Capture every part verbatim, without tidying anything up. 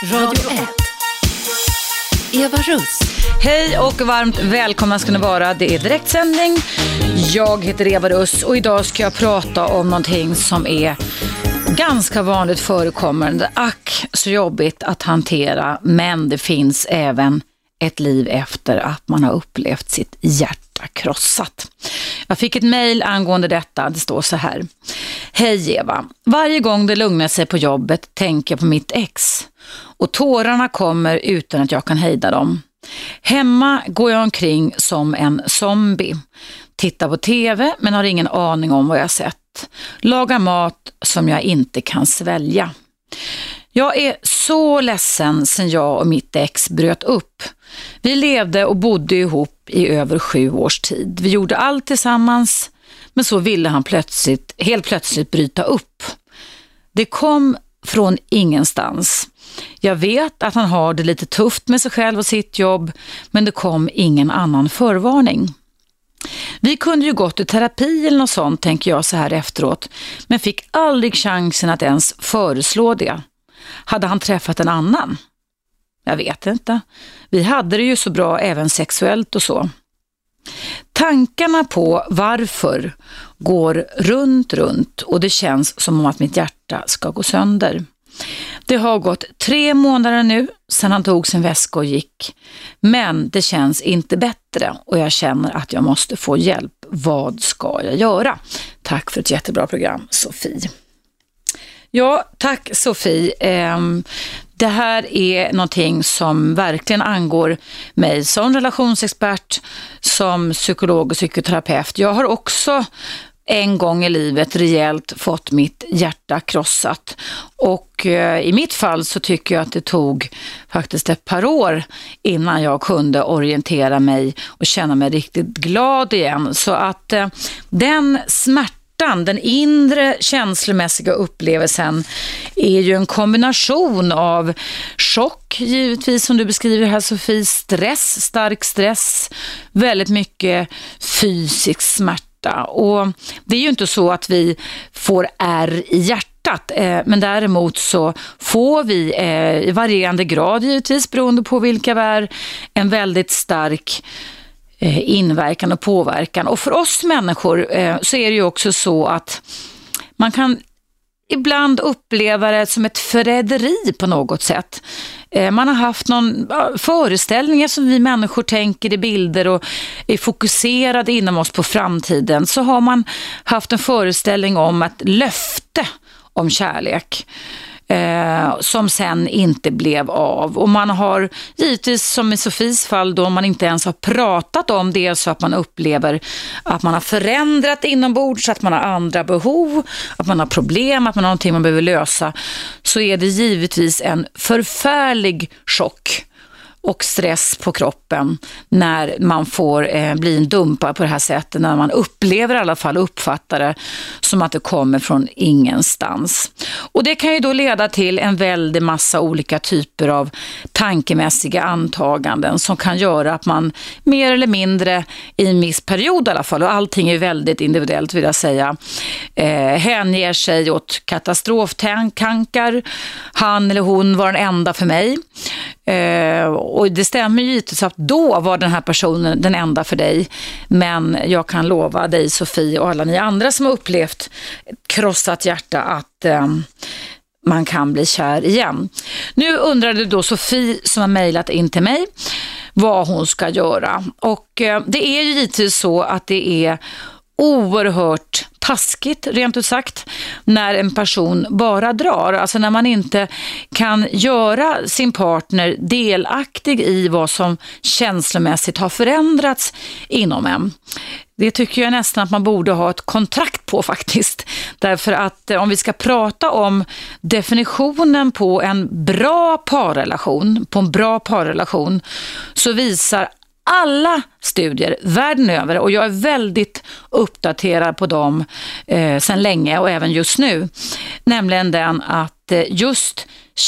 Radio ett. Eva Russ. Hej och varmt välkomna ska ni vara. Det är direktsändning. Jag heter Eva Russ och idag ska jag prata om någonting som är ganska vanligt förekommande. Ack, så jobbigt att hantera, men det finns även ett liv efter att man har upplevt sitt hjärta krossat. Jag fick ett mejl angående detta. Det står så här. Hej Eva, varje gång det lugnar sig på jobbet tänker jag på mitt ex. Och tårarna kommer utan att jag kan hejda dem. Hemma går jag omkring som en zombie. Tittar på tv men har ingen aning om vad jag sett. Lagar mat som jag inte kan svälja. Jag är så ledsen sen jag och mitt ex bröt upp. Vi levde och bodde ihop i över sju års tid. Vi gjorde allt tillsammans, men så ville han plötsligt, helt plötsligt bryta upp. Det kom från ingenstans. Jag vet att han har det lite tufft med sig själv och sitt jobb, men det kom ingen annan förvarning. Vi kunde ju gått i terapi eller något sånt, tänker jag så här efteråt, men fick aldrig chansen att ens föreslå det. Hade han träffat en annan? Jag vet inte. Vi hade det ju så bra även sexuellt och så. Tankarna på varför går runt, runt och det känns som om att mitt hjärta ska gå sönder. Det har gått tre månader nu sedan han tog sin väska och gick. Men det känns inte bättre och jag känner att jag måste få hjälp. Vad ska jag göra? Tack för ett jättebra program, Sofie. Ja, tack Sofie. Det här är någonting som verkligen angår mig som relationsexpert, som psykolog och psykoterapeut. Jag har också en gång i livet rejält fått mitt hjärta krossat. Och i mitt fall så tycker jag att det tog faktiskt ett par år innan jag kunde orientera mig och känna mig riktigt glad igen. Så att den smärtan, den inre känslomässiga upplevelsen är ju en kombination av chock, givetvis som du beskriver här Sofie, stress, stark stress, väldigt mycket fysisk smärta. Och det är ju inte så att vi får ärr i hjärtat, men däremot så får vi i varierande grad, givetvis beroende på vilka vi är, en väldigt stark inverkan och påverkan. Och för oss människor så är det ju också så att man kan ibland uppleva det som ett förräderi på något sätt. Man har haft någon föreställning som vi människor tänker i bilder och är fokuserade inom oss på framtiden. Så har man haft en föreställning om ett löfte om kärlek Eh, som sen inte blev av. Och man har givetvis, som i Sofies fall då, man inte ens har pratat om det, så att man upplever att man har förändrat inombords, så att man har andra behov, att man har problem, att man har någonting man behöver lösa, så är det givetvis en förfärlig chock och stress på kroppen när man får eh, bli en dumpa på det här sättet, när man upplever i alla fall, uppfattar det som att det kommer från ingenstans. Och det kan ju då leda till en väldig massa olika typer av tankemässiga antaganden som kan göra att man mer eller mindre i en viss period i alla fall, och allting är väldigt individuellt vill jag säga, eh, hänger sig åt katastroftankar. Han eller hon var den enda för mig. Eh, och det stämmer ju givetvis att då var den här personen den enda för dig, men jag kan lova dig Sofie och alla ni andra som har upplevt ett krossat hjärta att eh, man kan bli kär igen. Nu undrade då Sofie som har mejlat in till mig vad hon ska göra, och eh, det är ju givetvis så att det är oerhört taskigt, rent ut sagt, när en person bara drar. Alltså när man inte kan göra sin partner delaktig i vad som känslomässigt har förändrats inom en. Det tycker jag nästan att man borde ha ett kontrakt på faktiskt. Därför att om vi ska prata om definitionen på en bra parrelation, på en bra parrelation, så visar alla studier världen över, och jag är väldigt uppdaterad på dem eh, sedan länge och även just nu, nämligen den att eh, just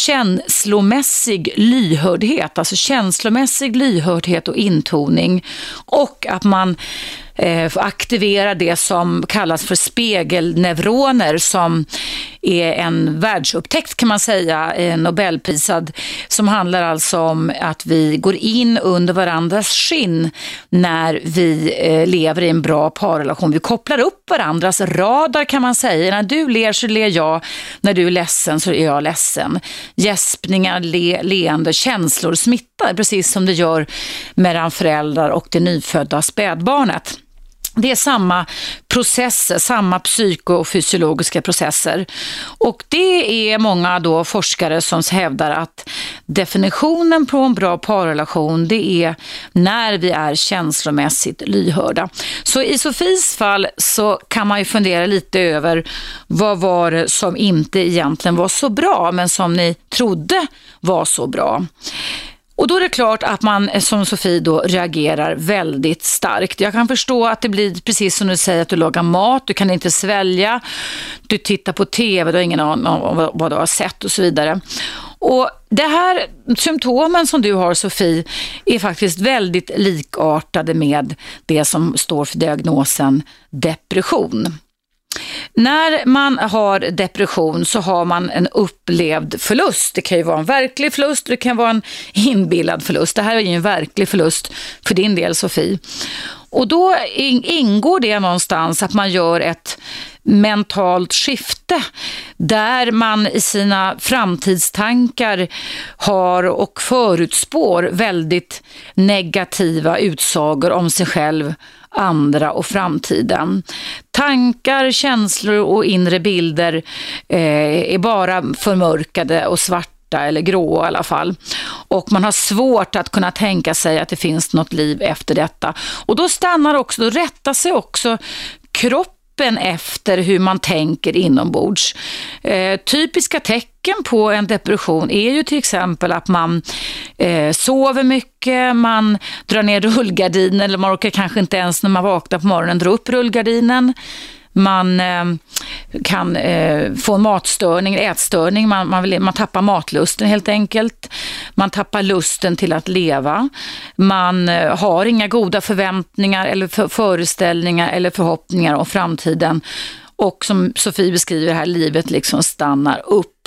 känslomässig lyhördhet, alltså känslomässig lyhördhet och intoning, och att man eh, aktiverar det som kallas för spegelneuroner som är en världsupptäckt kan man säga, Nobelprisad, som handlar alltså om att vi går in under varandras skinn när vi eh, lever i en bra parrelation. Vi kopplar upp varandras radar kan man säga. När du ler så ler jag, när du är ledsen så är jag ledsen. Gäspningar, le, leende, känslor smittar precis som det gör mellan föräldrar och det nyfödda spädbarnet. Det är samma processer, samma psyko- och fysiologiska processer. Och det är många då forskare som hävdar att definitionen på en bra parrelation, det är när vi är känslomässigt lyhörda. Så i Sofies fall så kan man ju fundera lite över vad var det som inte egentligen var så bra men som ni trodde var så bra. Och då är det klart att man som Sofie då reagerar väldigt starkt. Jag kan förstå att det blir precis som du säger, att du lagar mat, du kan inte svälja, du tittar på tv, du har ingen aning om vad du har sett och så vidare. Och det här symptomen som du har, Sofie, är faktiskt väldigt likartade med det som står för diagnosen depression. När man har depression så har man en upplevd förlust. Det kan ju vara en verklig förlust, det kan vara en inbillad förlust. Det här är ju en verklig förlust för din del, Sofie. Och då ingår det någonstans att man gör ett mentalt skifte där man i sina framtidstankar har och förutspår väldigt negativa utsagor om sig själv, andra och framtiden. Tankar, känslor och inre bilder eh, är bara förmörkade och svarta eller grå i alla fall. Och man har svårt att kunna tänka sig att det finns något liv efter detta. Och då stannar också, då rättar sig också kroppen efter hur man tänker inombords. Eh, typiska tecken på en depression är ju till exempel att man eh, sover mycket, man drar ner rullgardinen, eller man orkar kanske inte ens när man vaknar på morgonen dra upp rullgardinen. Man eh, kan eh, få en matstörning, ätstörning, man, man, vill, man tappar matlusten helt enkelt. Man tappar lusten till att leva. Man eh, har inga goda förväntningar eller för, föreställningar eller förhoppningar om framtiden. Och som Sofie beskriver här, livet liksom stannar upp.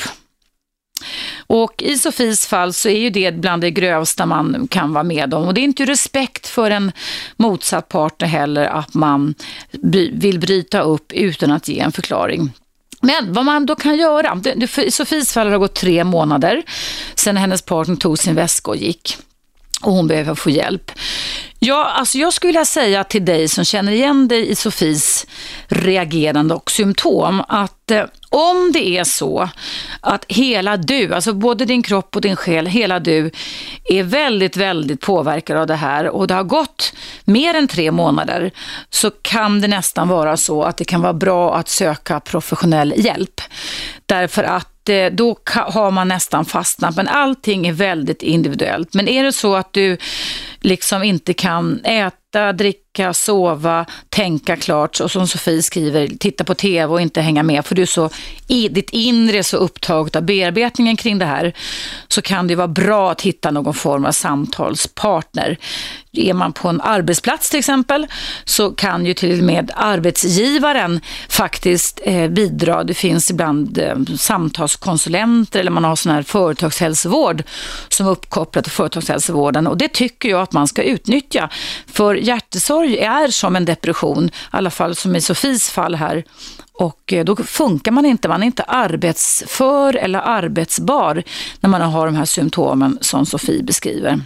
Och i Sofies fall så är ju det bland det grövsta man kan vara med om. Och det är inte respekt för en motsatt partner heller att man vill bryta upp utan att ge en förklaring. Men vad man då kan göra, i Sofies fall har det gått tre månader sedan hennes partner tog sin väska och gick. Och hon behöver få hjälp. Ja, alltså jag skulle vilja säga till dig som känner igen dig i Sofies reagerande och symptom att eh, om det är så att hela du, alltså både din kropp och din själ, hela du är väldigt, väldigt påverkad av det här och det har gått mer än tre månader, så kan det nästan vara så att det kan vara bra att söka professionell hjälp. Därför att då har man nästan fastnat, men allting är väldigt individuellt. Men är det så att du liksom inte kan äta, dricka, sova, tänka klart, och som Sofie skriver, titta på tv och inte hänga med, för du är så, i ditt inre är så upptaget av bearbetningen kring det här, så kan det vara bra att hitta någon form av samtalspartner. Är man på en arbetsplats till exempel, så kan ju till och med arbetsgivaren faktiskt eh, bidra. Det finns ibland eh, samtalskonsulenter, eller man har sån här företagshälsovård som är uppkopplat till företagshälsovården, och det tycker jag att man ska utnyttja, för hjärtesorg är som en depression, i alla fall som i Sofies fall här. Och då funkar man inte, man är inte arbetsför eller arbetsbar när man har de här symptomen som Sofie beskriver.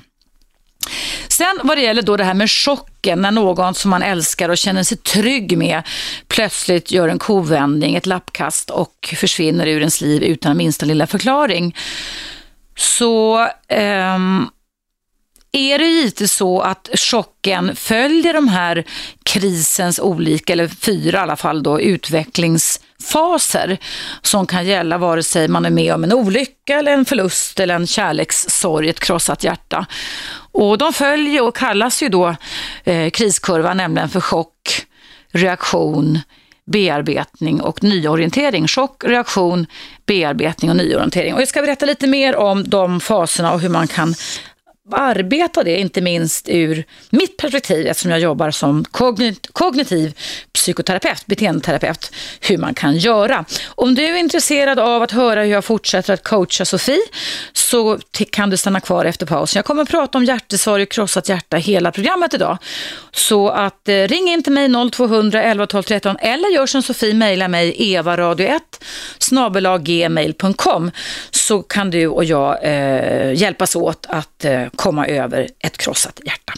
Sen vad det gäller då det här med chocken, när någon som man älskar och känner sig trygg med plötsligt gör en kovändning, ett lappkast och försvinner ur ens liv utan minsta lilla förklaring, så ehm, är det givetvis så att chocken följer de här krisens olika, eller fyra i alla fall då, utvecklingsfaser som kan gälla vare sig man är med om en olycka eller en förlust eller en kärlekssorg, ett krossat hjärta. Och de följer och kallas ju då eh, kriskurvan, nämligen för chock, reaktion, bearbetning och nyorientering. Chock, reaktion, bearbetning och nyorientering. Och jag ska berätta lite mer om de faserna och hur man kan arbeta det, inte minst ur mitt perspektiv eftersom jag jobbar som kognit- kognitiv psykoterapeut, beteendeterapeut, hur man kan göra. Om du är intresserad av att höra hur jag fortsätter att coacha Sofie så t- kan du stanna kvar efter pausen. Jag kommer att prata om hjärtesorg och krossat hjärta hela programmet idag. Så att eh, ring in till mig noll två hundra elva tolv tretton eller gör som Sofie, mejla mig evaradio ett snabel-a gmail punkt com så kan du och jag eh, hjälpas åt att eh, komma över ett krossat hjärta.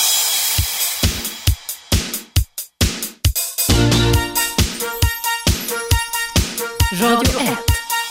Radio ett.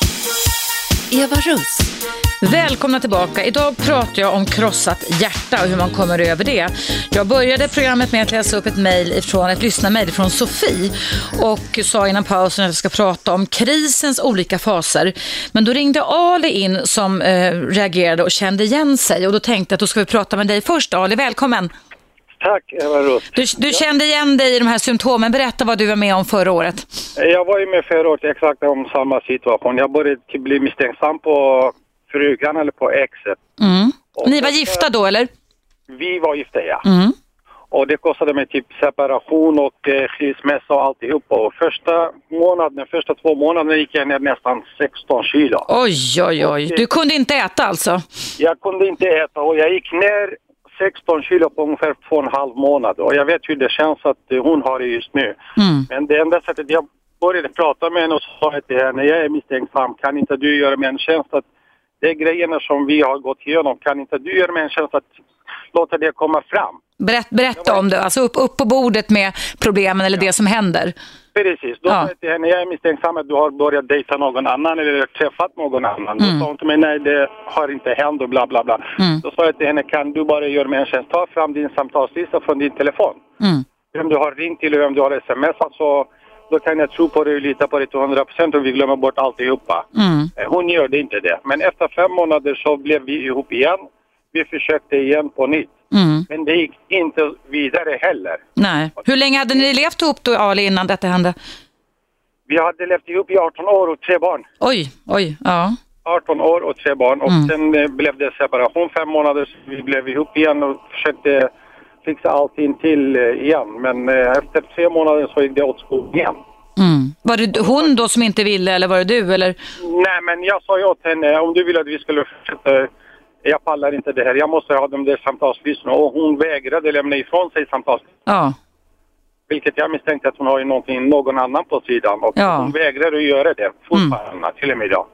Eva Russ. Välkomna tillbaka. Idag pratar jag om krossat hjärta och hur man kommer över det. Jag började programmet med att läsa upp ett mejl ifrån ett lyssnarmejl från Sofie och sa innan pausen att jag ska prata om krisens olika faser. Men då ringde Ali in som eh, reagerade och kände igen sig och då tänkte jag att då ska vi prata med dig först. Ali, välkommen. Tack, Eva Russ. Du, du kände igen dig i de här symptomen. Berätta vad du var med om förra året. Jag var ju med förra året exakt om samma situation. Jag började bli misstänksam på frugan eller på exet. Mm. Ni var gifta då, eller? Vi var gifta, ja. Mm. Och det kostade mig typ separation och eh, skilsmässa och alltihop. Och första månaden, första två månaderna gick jag ner nästan sexton kilo. Oj, oj, oj. Du kunde inte äta alltså? Jag kunde inte äta och jag gick ner sexton kilo på ungefär två och en halv månad. Och jag vet hur det känns att hon har det just nu. Mm. Men det enda sättet jag började prata med henne och sa till henne, jag är misstänksam, kan inte du göra mig en tjänst att det är grejerna som vi har gått igenom, kan inte du göra mig en tjänst att låta det komma fram? Berätt, berätta om det, alltså upp, upp på bordet med problemen eller ja. Det som händer. Precis, då sa jag till henne, jag är misstänksam att du har börjat dejta någon annan eller träffat någon annan. Mm. Då sa hon till mig, nej det har inte hänt och bla bla bla. Mm. Då sa jag till henne, kan du bara göra mig en tjänst, ta fram din samtalslista från din telefon. Mm. Vem du har ringt till och vem du har smsat så då kan jag tro på det och lita på det till hundra procent och vi glömmer bort alltihopa. Mm. Hon gör det inte det. Men efter fem månader så blev vi ihop igen. Vi försökte igen på nytt. Mm. Men det gick inte vidare heller. Nej. Hur länge hade ni levt ihop då, Ali, innan detta hände? Vi hade levt ihop i arton år och tre barn. Oj, oj, ja. arton år och tre barn. Och mm. sen blev det separation fem månader så vi blev ihop igen och försökte fixa allting till igen. Men efter tre månader så gick det åt skog igen. Mm. Var det hon då som inte ville eller var det du? Eller? Nej, men jag sa ju åt henne, om du vill att vi skulle fortsätta, jag pallar inte det här. Jag måste ha de där samtalslyssnarna. Och hon vägrade lämna ifrån sig samtalslyssnarna. Ja. Vilket jag misstänkte att hon har ju någonting, någon annan på sidan. Och ja. Hon vägrade att göra det fortfarande, mm. till och med idag.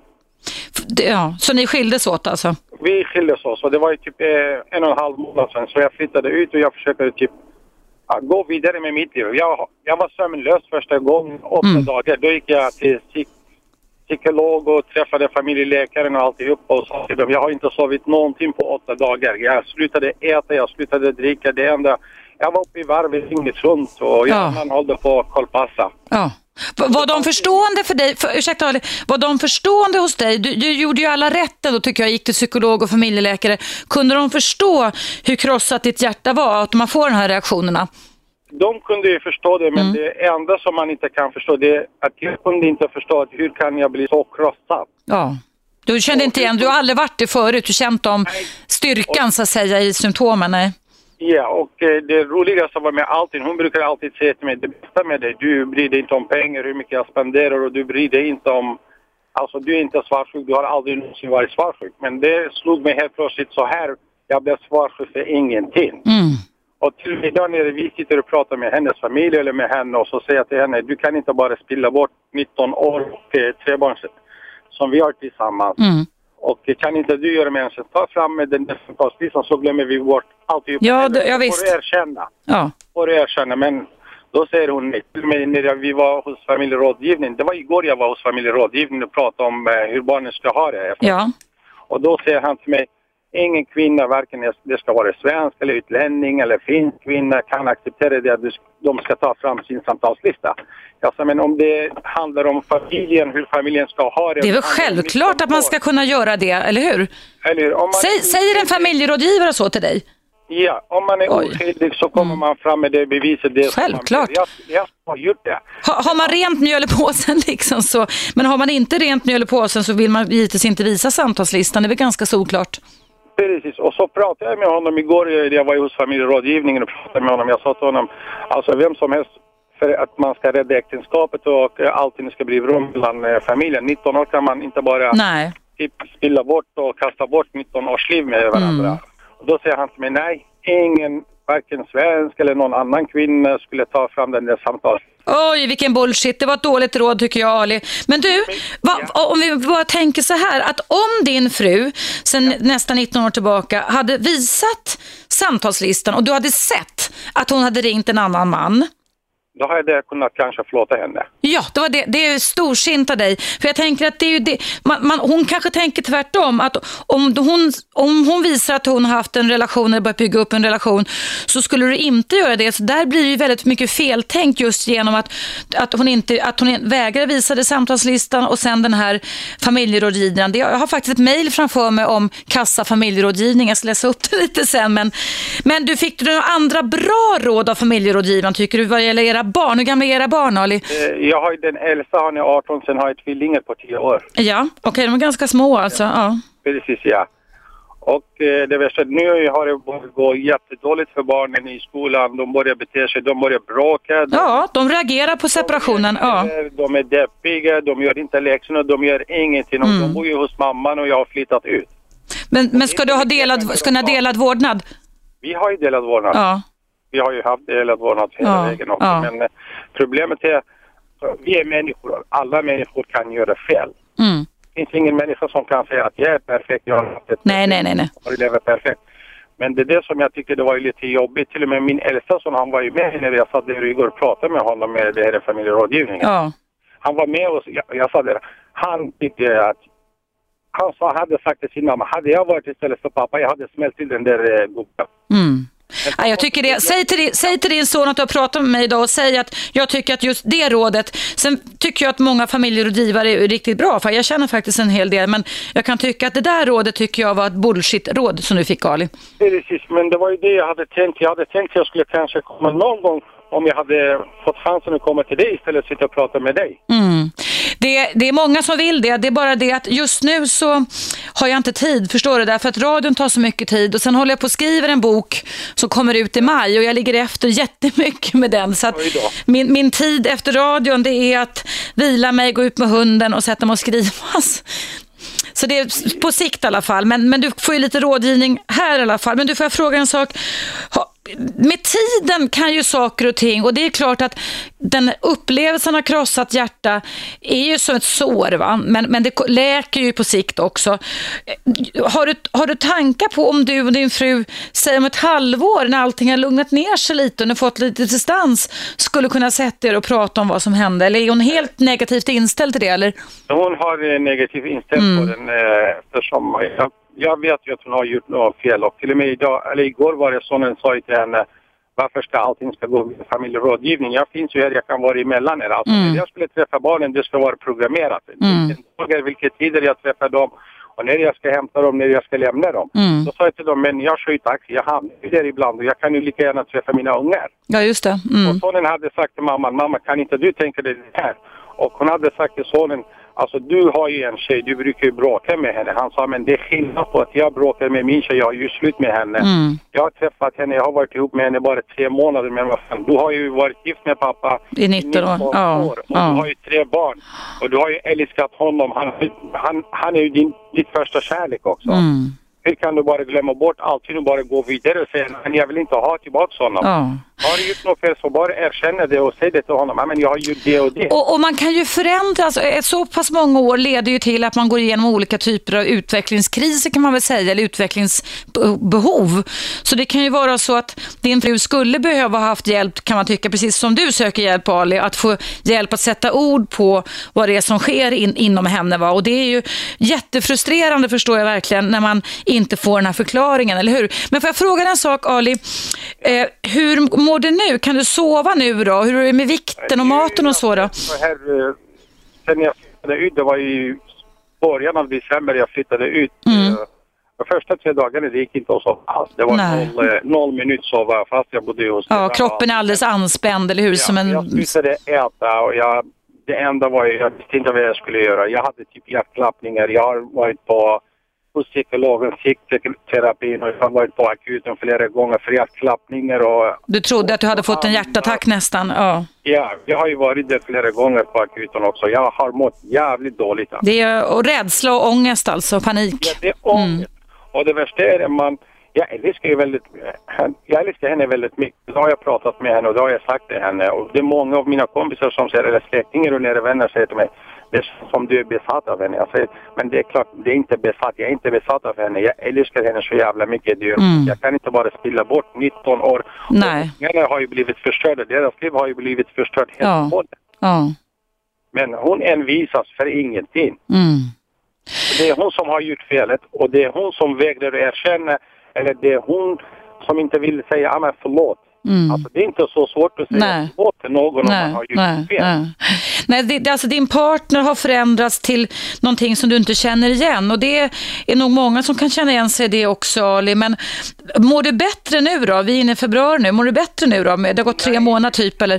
Ja, så ni skildes åt alltså? Vi skildes åt, så det var ju typ eh, en och en halv månad sedan. Så jag flyttade ut och jag försökte typ ja, gå vidare med mitt liv. Jag, jag var sömnlös första gången, åtta mm. dagar. Då gick jag till psyk- psykolog och träffade familjeläkaren och alltihop. Och sa till dem, jag har inte sovit någonting på åtta dagar. Jag slutade äta, jag slutade dricka. Det enda, jag var uppe i varvet, inget runt och jag ja. hållde på att kolpassa. Ja. Var de förstående för dig, för, ursäkta Ali, var de förstående hos dig? Du, du gjorde ju alla rätt då tycker jag, gick till psykolog och familjeläkare. Kunde de förstå hur krossat ditt hjärta var, att man får de här reaktionerna? De kunde ju förstå det, men mm. det enda som man inte kan förstå det är att jag kunde inte förstå att hur kan jag bli så krossad. Ja, du kände inte igen, du har aldrig varit det förut, du känt om styrkan så att säga i symptomen, nej? Ja, och eh, det roligaste var med allting. Hon brukar alltid säga till mig, det bästa med dig, du bryr dig inte om pengar, hur mycket jag spenderar och du bryr dig inte om, alltså du är inte svarsjuk, du har aldrig någonsin varit svarsjuk. Men det slog mig helt plötsligt så här, jag blev svarsjuk för ingenting. Mm. Och till idag när vi sitter och pratar med hennes familj eller med henne och så säger jag till henne, du kan inte bara spilla bort nitton år och eh, tre barn som vi har tillsammans. Mm. Och kan inte du göra människan, ta fram med den där samtalslistan så glömmer vi bort alltihop. Ja, det, jag visst. Får erkänna. Ja. Får erkänna, men då säger hon nej. Till mig när vi var hos familjerådgivning, det var igår jag var hos familjerådgivning och pratade om eh, hur barnen ska ha det. Ja. Och då säger han till mig, ingen kvinna, varken det ska vara svensk eller utlänning eller finsk kvinna kan acceptera det att de ska ta fram sin samtalslista. Alltså, men om det handlar om familjen, hur familjen ska ha det. Det är väl självklart att man ska kunna göra det, eller hur? Eller hur? Om man Säg, säger en familjerådgivare så till dig? Ja, om man är oskyldig så kommer mm. man fram med det beviset. Det självklart. Jag, jag har gjort det. Ha, har man rent mjöl i påsen liksom så, men har man inte rent mjöl i påsen så vill man givetvis inte visa samtalslistan. Det är väl ganska såklart. Precis, och så pratade jag med honom igår. Jag var hos familjerådgivningen och pratade med honom. Jag sa till honom, alltså vem som helst, för att man ska rädda äktenskapet och allting ska bli bra mellan familjen. nitton år kan man inte bara nej. Typ spilla bort och kasta bort nitton års liv med varandra. Mm. Och då säger han till mig, nej, ingen, varken svensk eller någon annan kvinna skulle ta fram den där samtalet. Oj, vilken bullshit. Det var ett dåligt råd tycker jag, Ali. Men du, va, om vi bara tänker så här, att om din fru sen ja. nästan nitton år tillbaka hade visat samtalslistan och du hade sett att hon hade ringt en annan man, då hade jag kunnat kanske förlåta henne. Ja, det, var det, det är storsint av dig. För jag tänker att det är ju det, man, man, hon kanske tänker tvärtom. Att om hon, om hon visar att hon har haft en relation eller börjat bygga upp en relation, så skulle du inte göra det. Så där blir det ju väldigt mycket feltänkt just genom att, att hon inte att hon vägrar visa det samtalslistan och sen den här familjerådgivningen. Jag har faktiskt ett mejl framför mig om kassa familjerådgivning. Jag ska läsa upp det lite sen. Men, men du fick du några andra bra råd av familjerådgivaren, tycker du, vad gäller era barn? Hur gamla är era barn, Ali? Jag har ju den äldsta, han är arton, sen har jag tvillingar på tio år. Ja, okej, okay, de är ganska små alltså. Ja. Ja. Precis, ja. Och eh, det värsta, nu har det gått jättedåligt för barnen i skolan. De börjar bete sig, de börjar bråka. De, ja, de reagerar på separationen. De är, ja. de är deppiga, de gör inte läxorna, de gör ingenting. Mm. De bor ju hos mamman och jag har flyttat ut. Men, men ska du ha delad, ska ni ha delad vårdnad? Vi har ju delad vårdnad. Ja. Vi har ju haft delad vårdnad hela ja, vägen också. Ja. Men eh, problemet är, vi är människor. Alla människor kan göra fel. Mm. Det finns ingen människa som kan säga att jag är perfekt. Jag har haft ett nej, nej, nej, nej. Och lever perfekt. Men det är det som jag tycker det var lite jobbigt. Till och med min äldsta son, han var ju med när jag satt där igår och pratade med honom med det här familjerådgivningen. Ja. Han var med och jag, jag sa det. Han tyckte att han sa, hade sagt till sin mamma, hade jag varit istället för pappa, jag hade smält till den där eh, gubben. Mm. Ja, jag tycker det. Säg till, säg till din son att du har pratat med mig idag och säg att jag tycker att just det rådet, sen tycker jag att många familjerådgivare är riktigt bra, för jag känner faktiskt en hel del, men jag kan tycka att det där rådet tycker jag var ett bullshit-råd som du fick, Ali. Precis, men det var ju det jag hade tänkt. Jag hade tänkt att jag skulle kanske komma någon gång om jag hade fått chansen att komma till dig istället för att sitta och prata med dig. Mm. Det, det är många som vill det. Det är bara det att just nu så har jag inte tid, förstår du, därför att radion tar så mycket tid. Och sen håller jag på att skriva en bok som kommer ut i maj och jag ligger efter jättemycket med den. Så att min, min tid efter radion, det är att vila mig, gå ut med hunden och sätta mig och skriva. Så det är på sikt i alla fall. Men, men du får ju lite rådgivning här i alla fall. Men du får jag fråga en sak. Med tiden kan ju saker och ting, och det är klart att den upplevelsen av krossat hjärta är ju som ett sår, va? Men, men det läker ju på sikt också. Har du, har du tankar på om du och din fru, säg om ett halvår när allting har lugnat ner sig lite och ni fått lite distans, skulle kunna sätta er och prata om vad som hände? Eller är hon helt negativt inställd till det? Eller? Hon har negativt inställd mm. på den eftersom jag Jag vet ju att hon har gjort något fel, och till och med idag, eller igår var det sonen sa till henne, varför ska allting ska gå med familjerådgivning? Jag finns ju här, jag kan vara emellan er. Alltså, mm. när jag skulle träffa barnen, det ska vara programmerat. Mm. Vilken dagar, vilka tider jag träffar dem och när jag ska hämta dem, när jag ska lämna dem. Mm. Då sa jag till dem, men jag kör ju taxi, jag hamnar där ibland och jag kan ju lika gärna träffa mina ungar. Ja, just det. Mm. Och sonen hade sagt till mamman, mamma, kan inte du tänka dig det här? Och hon hade sagt till sonen, alltså du har ju en tjej, du brukar ju bråka med henne. Han sa, men det är skillnad på att jag bråkar med min tjej, jag har ju slut med henne. Mm. Jag har träffat henne, jag har varit ihop med henne bara tre månader. Men vad fan, du har ju varit gift med pappa i nitton år. Ja. år. Och ja. du har ju tre barn. Och du har ju älskat honom. Han, han, han är ju din, ditt första kärlek också. Mm. Hur kan du bara glömma bort allting och bara gå vidare och säga, men jag vill inte ha tillbaka honom. Ja. Har du gjort något fel så bara erkänna det och säg det till honom. Men jag har gjort det och det. Och, och man kan ju förändra, alltså, så pass många år leder ju till att man går igenom olika typer av utvecklingskriser, kan man väl säga, eller utvecklingsbehov. Så det kan ju vara så att din fru skulle behöva ha haft hjälp, kan man tycka, precis som du söker hjälp, Ali, att få hjälp att sätta ord på vad det är som sker in, inom henne. Va? Och det är ju jättefrustrerande, förstår jag verkligen, när man inte får den här förklaringen, eller hur? Men får jag fråga en sak, Ali? Eh, hur mår du nu? Kan du sova nu då? Hur är det med vikten och maten och så då? Så här, sen jag flyttade ut, det var i början av december jag flyttade ut. Mm. De första tre dagarna det gick inte att sova alls. Det var noll, noll minut sova fast jag bodde hos. Ja, kroppen är alldeles anspänd, eller hur? Ja, som en... Jag slutade äta och jag, det enda var jag visste inte vad jag skulle göra. Jag hade typ hjärtklappningar. Jag har varit på hos psykologen, psykoterapin, och jag har varit på akuten flera gånger för hjärtklappningar och... Du trodde att du hade fått en hjärtattack nästan, ja. Ja, jag har ju varit där flera gånger på akuten också. Jag har mått jävligt dåligt. Det är och rädsla och ångest alltså, panik. Ja, det är ångest. Mm. Och det värsta är att man... Jag älskar ju väldigt... Jag älskar henne väldigt mycket. Då har jag pratat med henne och då har jag sagt till henne. Och det är många av mina kompisar som säger, eller släktingar och nära vänner säger till mig, det är som du är besatt av henne. Jag säger, men det är klart, det är inte besatt. Jag är inte besatt av henne. Jag älskar henne så jävla mycket. Mm. Jag kan inte bara spilla bort nitton år. Nej. Henne har ju blivit förstörda. Deras liv har ju blivit förstört helt ja. och ja. Men hon envisas för ingenting. Mm. Det är hon som har gjort felet och det är hon som vägrar att erkänna, eller det är hon som inte vill säga ah, men förlåt. Mm. Alltså det är inte så svårt att säga nej. förlåt till någon nej, om man har gjort nej, fel. Nej, nej det, det, alltså din partner har förändrats till någonting som du inte känner igen och det är nog många som kan känna igen sig det också, Ali. Men mår du bättre nu då? Vi är inne i februari nu. Mår du bättre nu då? Det har gått tre nej. månader typ eller?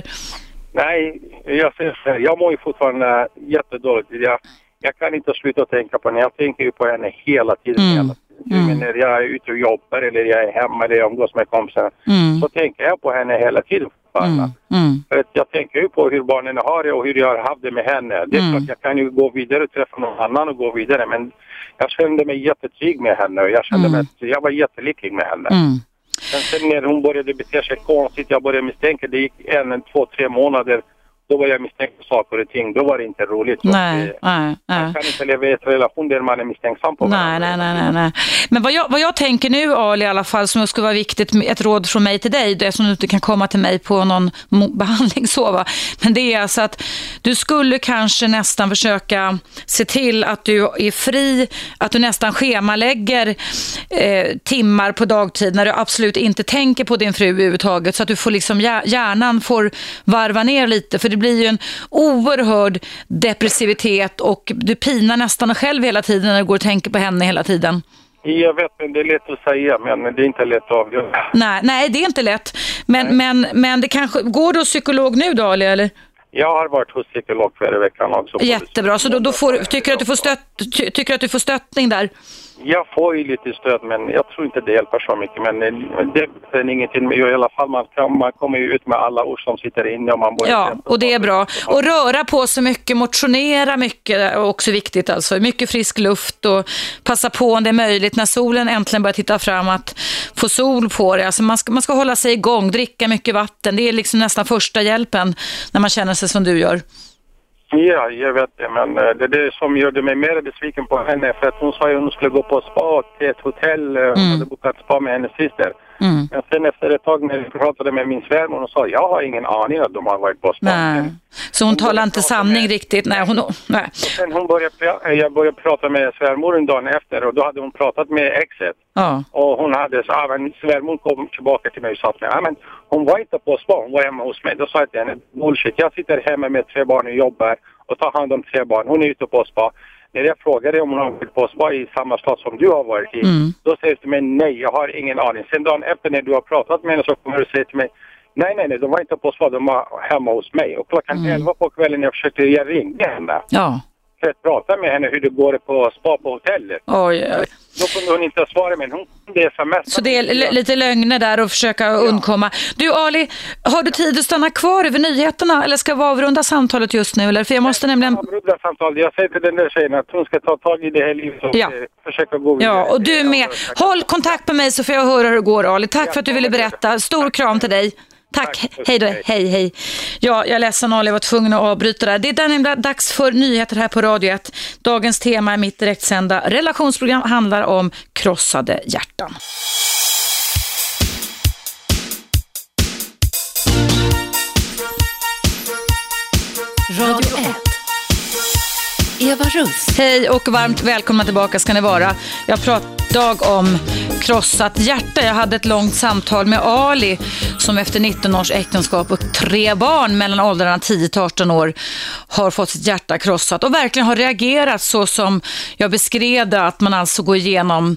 Nej, jag säger så här, jag mår ju fortfarande jättedåligt. Jag, jag kan inte sluta tänka på henne. Jag tänker ju på henne hela tiden. Mm. Hela tiden. Mm. När jag är ute och jobbar eller jag är hemma eller jag umgås med kompisar mm. så tänker jag på henne hela tiden. Mm. Mm. För att jag tänker ju på hur barnen har det och hur jag har haft det med henne. Det är mm. klart jag kan ju gå vidare och träffa någon annan och gå vidare. Men jag kände mig jättetrygg med henne och jag kände mm. mig, jag var jättelycklig med henne. Mm. Men sen när hon började bete sig konstigt, jag började misstänka, det gick en, två, tre månader. Då var jag misstänkt på saker och ting. Då var det inte roligt. Nej, det, nej, nej. Man kan inte leva i ett relation där man är misstänksam på nej, nej, nej, nej, nej. Men vad jag, vad jag tänker nu, Ali, i alla fall, som skulle vara viktigt, ett råd från mig till dig, det som du inte kan komma till mig på någon behandling så, va? Men det är alltså att du skulle kanske nästan försöka se till att du är fri, att du nästan schemalägger eh, timmar på dagtid när du absolut inte tänker på din fru överhuvudtaget, så att du får liksom, hjärnan får varva ner lite, för det blir ju en oerhörd depressivitet och du pinar nästan själv hela tiden när du går och tänker på henne hela tiden. Jag vet, men det är lätt att säga, men det är inte lätt att avgöra. Nej, nej, det är inte lätt. Men, men, men det kanske, går du hos psykolog nu då, eller? Jag har varit hos psykolog förra veckan också. Jättebra, så då, då får, tycker du att du får stött, ty, tycker att du får stöttning där? Jag får ju lite stöd, men jag tror inte det hjälper så mycket. Men det är ingenting. I alla fall man, kan, man kommer ju ut med alla ord som sitter inne. Och man ja, och det är bra. Och röra på sig mycket, motionera mycket är också viktigt. Alltså. Mycket frisk luft och passa på om det är möjligt när solen äntligen börjar titta fram att få sol på det. Alltså man, ska, man ska hålla sig igång, dricka mycket vatten. Det är liksom nästan första hjälpen när man känner sig som du gör. Ja, jag vet det, men det är det som gjorde mig mer besviken på henne, för att hon sa att hon skulle gå på spa till ett hotell. Hon mm. hade bokat spa med hennes syster. Mm. Men sen efter ett tag när jag pratade med min svärmor och sa jag har ingen aning att de har varit på spa. Nej. Så hon, hon talar inte sanning med... riktigt? Nej, hon... Nej. Sen hon började, jag började prata med svärmor en dag efter och då hade hon pratat med exet. Ja. Och hon hade så, ah, men svärmor kom tillbaka till mig och sa att ah, men hon var inte på spa, hon var hemma hos mig. Då sa jag till henne, bullshit, jag sitter hemma med tre barn och jobbar och tar hand om tre barn. Hon är ute på spa. När jag frågade om hon har varit på spa i samma stad som du har varit i, mm. då säger du till mig, nej, jag har ingen aning. Sen dagen efter när du har pratat med henne så kommer du säga till mig, nej, nej, nej, de var inte på spa, de var hemma hos mig. Och klockan mm. elva på kvällen jag försökte, jag ringde henne. Ja. För att prata med henne hur det går på spa på hotellet. Oj, oj. Då kunde hon inte svara, men hon kunde smsa. Så det är l- lite lögner där och försöka ja. undkomma. Du Ali, har du tid att stanna kvar över nyheterna eller ska vi avrunda samtalet just nu? Eller? För jag måste nämligen... Avrunda samtalet. Jag säger till den där tjejen att hon ska ta tag i det här livet och ja. försöka gå vidare. Ja, och du med. Håll kontakt med mig så får jag höra hur det går, Ali. Tack ja, för att du ville berätta. Stor kram till dig. Tack, Tack. Hej då, hej hej. Ja, jag är ledsen Ali, jag var tvungen att avbryta där. Det är nämligen dags för nyheter här på Radio ett. Dagens tema är mitt direktsända relationsprogram, handlar om krossade hjärtan. Radio ett. Eva Russ. Hej och varmt välkomna tillbaka ska ni vara. Jag pratar idag om krossat hjärta. Jag hade ett långt samtal med Ali som efter nitton års äktenskap och tre barn mellan åldrarna tio till arton år har fått sitt hjärta krossat och verkligen har reagerat så som jag beskrev det, att man alltså går igenom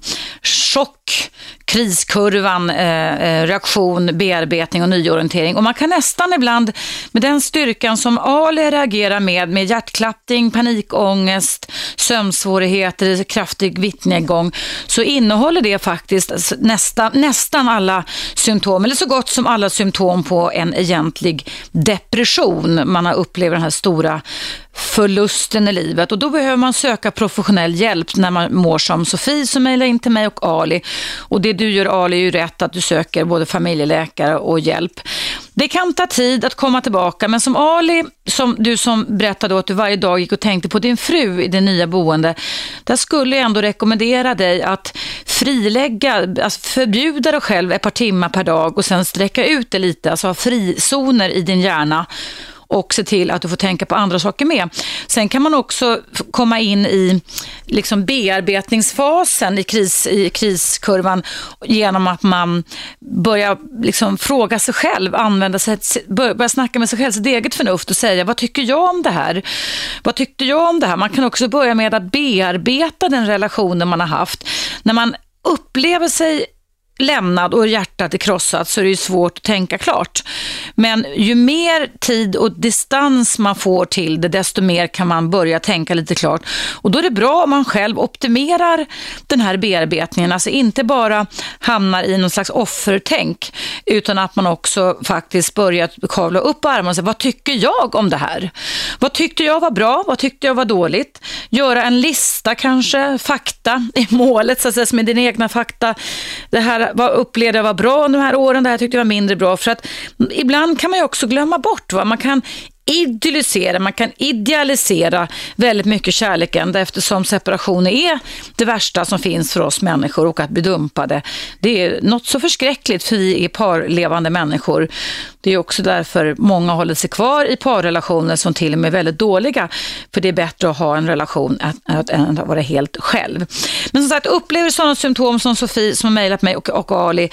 chock, kriskurvan, eh, reaktion, bearbetning och nyorientering. Och man kan nästan ibland med den styrkan som Ali reagerar med, med hjärtklappning, panikångest, sömnsvårigheter, kraftig vittnedgång, så innehåller det faktiskt nästan, nästan alla symptom, eller så gott som alla symptom på en egentlig depression. Man har upplevt den här stora förlusten i livet och då behöver man söka professionell hjälp när man mår som Sofie som mejlar in till mig och Ali. Och det du gör, Ali, är ju rätt, att du söker både familjeläkare och hjälp. Det kan ta tid att komma tillbaka, men som Ali, som du som berättade att du varje dag gick och tänkte på din fru i det nya boende, där skulle jag ändå rekommendera dig att frilägga, alltså förbjuda dig själv ett par timmar per dag och sen sträcka ut det lite, alltså ha frizoner i din hjärna och se till att du får tänka på andra saker med. Sen kan man också komma in i liksom bearbetningsfasen i, kris, i kriskurvan genom att man börjar liksom fråga sig själv, använda sig, börja, börja snacka med sig själv, sitt eget förnuft och säga, vad tycker jag om det här? Vad tyckte jag om det här? Man kan också börja med att bearbeta den relationen man har haft. När man upplever sig lämnad och hjärtat är krossat så är det ju svårt att tänka klart. Men ju mer tid och distans man får till det, desto mer kan man börja tänka lite klart. Och då är det bra om man själv optimerar den här bearbetningen. Alltså inte bara hamnar i någon slags offertänk, utan att man också faktiskt börjar kavla upp armarna och säga, vad tycker jag om det här? Vad tyckte jag var bra? Vad tyckte jag var dåligt? Göra en lista kanske, fakta i målet, så att säga, som är dina egna fakta. Det här, vad upplevde jag var bra de här åren, det här tyckte jag var mindre bra. För att ibland kan man ju också glömma bort, va? Man kan idyllisera, man kan idealisera väldigt mycket kärleken, eftersom separation är det värsta som finns för oss människor, och att bli dumpade, det är något så förskräckligt, för vi är parlevande människor. Det är också därför många håller sig kvar i parrelationer som till och med är väldigt dåliga, för det är bättre att ha en relation än att vara helt själv. Men som sagt, upplever sådana symptom som Sofie som har mejlat mig och, och Ali,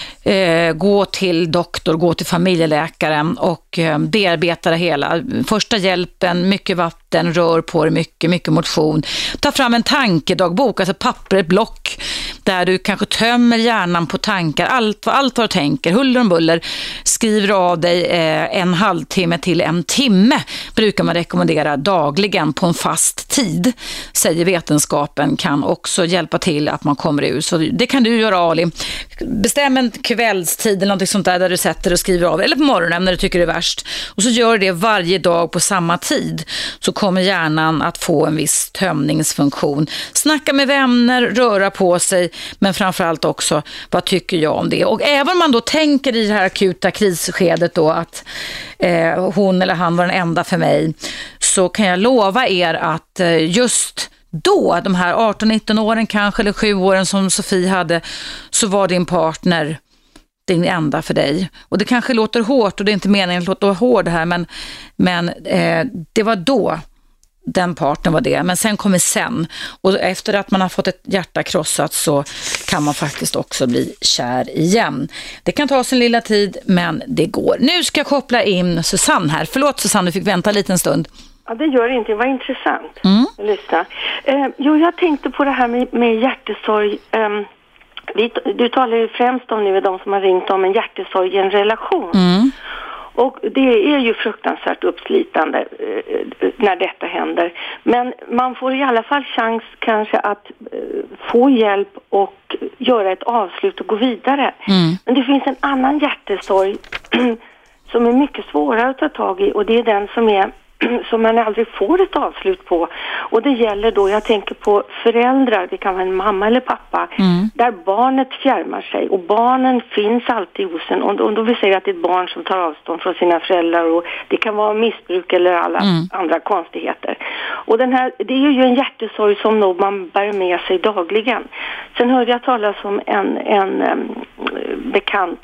Eh, gå till doktor, gå till familjeläkaren och eh, bearbeta det hela. Första hjälpen, mycket vatten, rör på det, mycket, mycket motion. Ta fram en tankedagbok, alltså papper, ett block där du kanske tömmer hjärnan på tankar, allt, allt vad du tänker, huller och buller. Skriver av dig eh, en halvtimme till en timme brukar man rekommendera dagligen på en fast tid, säger vetenskapen, kan också hjälpa till att man kommer ur. Så det kan du göra, Ali. Bestäm en kvällstid eller något sånt där, där du sätter och skriver av, eller på morgonen när du tycker det är värst, och så gör du det varje dag på samma tid, så kommer hjärnan att få en viss tömningsfunktion. Snacka med vänner, röra på sig, men framförallt också, vad tycker jag om det? Och även om man då tänker i det här akuta krisskedet då att eh, hon eller han var den enda för mig, så kan jag lova er att eh, just då, de här arton-nitton åren kanske, eller sju åren som Sofie hade, så var din partner din enda för dig. Och det kanske låter hårt, och det är inte meningen att låta hård här, men, men eh, det var då den partnern var det. Men sen kommer sen. Och efter att man har fått ett hjärta krossat så kan man faktiskt också bli kär igen. Det kan ta sin lilla tid, men det går. Nu ska jag koppla in Susanne här. Förlåt Susanne, du fick vänta en liten stund. Ja, det gör inte. Det var intressant mm. att lyssna. Eh, jo, jag tänkte på det här med, med hjärtesorg. Eh, vi, du talar ju främst om nu de som har ringt om en hjärtesorg i en relation. Mm. Och det är ju fruktansvärt uppslitande eh, när detta händer. Men man får i alla fall chans kanske att eh, få hjälp och göra ett avslut och gå vidare. Mm. Men det finns en annan hjärtesorg som är mycket svårare att ta tag i, och det är den som är som man aldrig får ett avslut på. Och det gäller då, jag tänker på föräldrar, det kan vara en mamma eller pappa, mm. där barnet fjärmar sig, och barnen finns alltid hos en, och, och då vill säga att det är ett barn som tar avstånd från sina föräldrar, och det kan vara missbruk eller alla mm. andra konstigheter. Och den här, det är ju en hjärtesorg som nog man bär med sig dagligen. Sen hörde jag talas om en, en um, bekant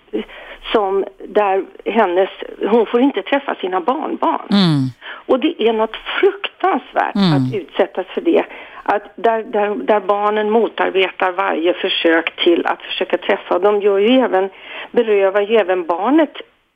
som där hennes, hon får inte träffa sina barnbarn. Mm. Och det är något fruktansvärt mm. att utsättas för det. Att där, där, där barnen motarbetar varje försök till att försöka träffa. De gör ju även, berövar ju även barnet.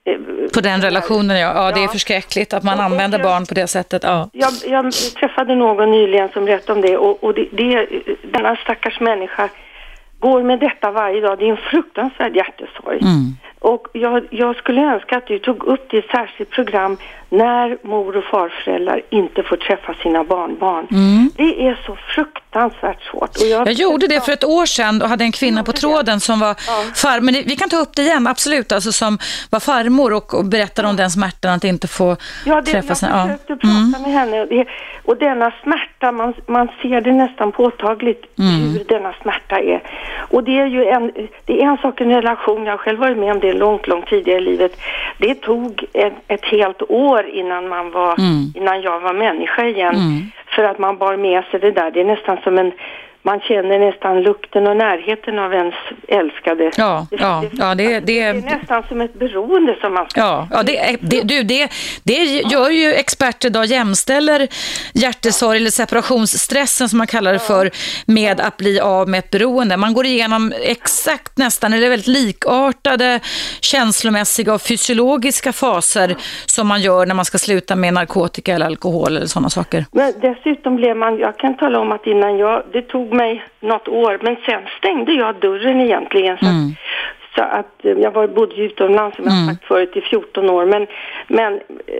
På den relationen, ja. Ja, det är ja. förskräckligt att man ja, använder jag, barn på det sättet. Ja. Jag, jag träffade någon nyligen som berättade om det. Och, och det, det, denna stackars människa går med detta varje dag. Det är en fruktansvärd hjärtesorg. Mm. Och jag, jag skulle önska att du tog upp det i ett särskilt program när mor- och farföräldrar inte får träffa sina barnbarn. Mm. Det är så fruktansvärt svårt. Och jag, jag gjorde det för ett år sedan och hade en kvinna på tråden som var ja. far. Men det, vi kan ta upp det igen, absolut. Alltså som var farmor och, och berättade om den smärtan att inte få ja, det, träffa sina... Jag försökte ja. prata mm. med henne. Och, det, och denna smärta, man, man ser det nästan påtagligt mm. hur denna smärta är. Och det är ju en, det är en sak, en relation. Jag har själv varit med om det långt, långt tidigare i livet. Det tog ett, ett helt år innan man var mm. innan jag var människa igen mm. för att man bar med sig det där. Det är nästan som en, man känner nästan lukten och närheten av ens älskade. Ja, det, ja, det, ja, det, det, det är nästan som ett beroende som man ska... Ja, ja det, det, du, det, det gör ju experter då, jämställer hjärtesorg eller separationsstressen som man kallar det för med att bli av med ett beroende. Man går igenom exakt nästan, eller väldigt likartade känslomässiga och fysiologiska faser som man gör när man ska sluta med narkotika eller alkohol eller sådana saker. Men dessutom blev man, jag kan tala om att innan jag, det tog mig något år, men sen stängde jag dörren egentligen så, mm. att, så att jag var, bodde utomlands som jag mm. sagt förut i fjorton år, men, men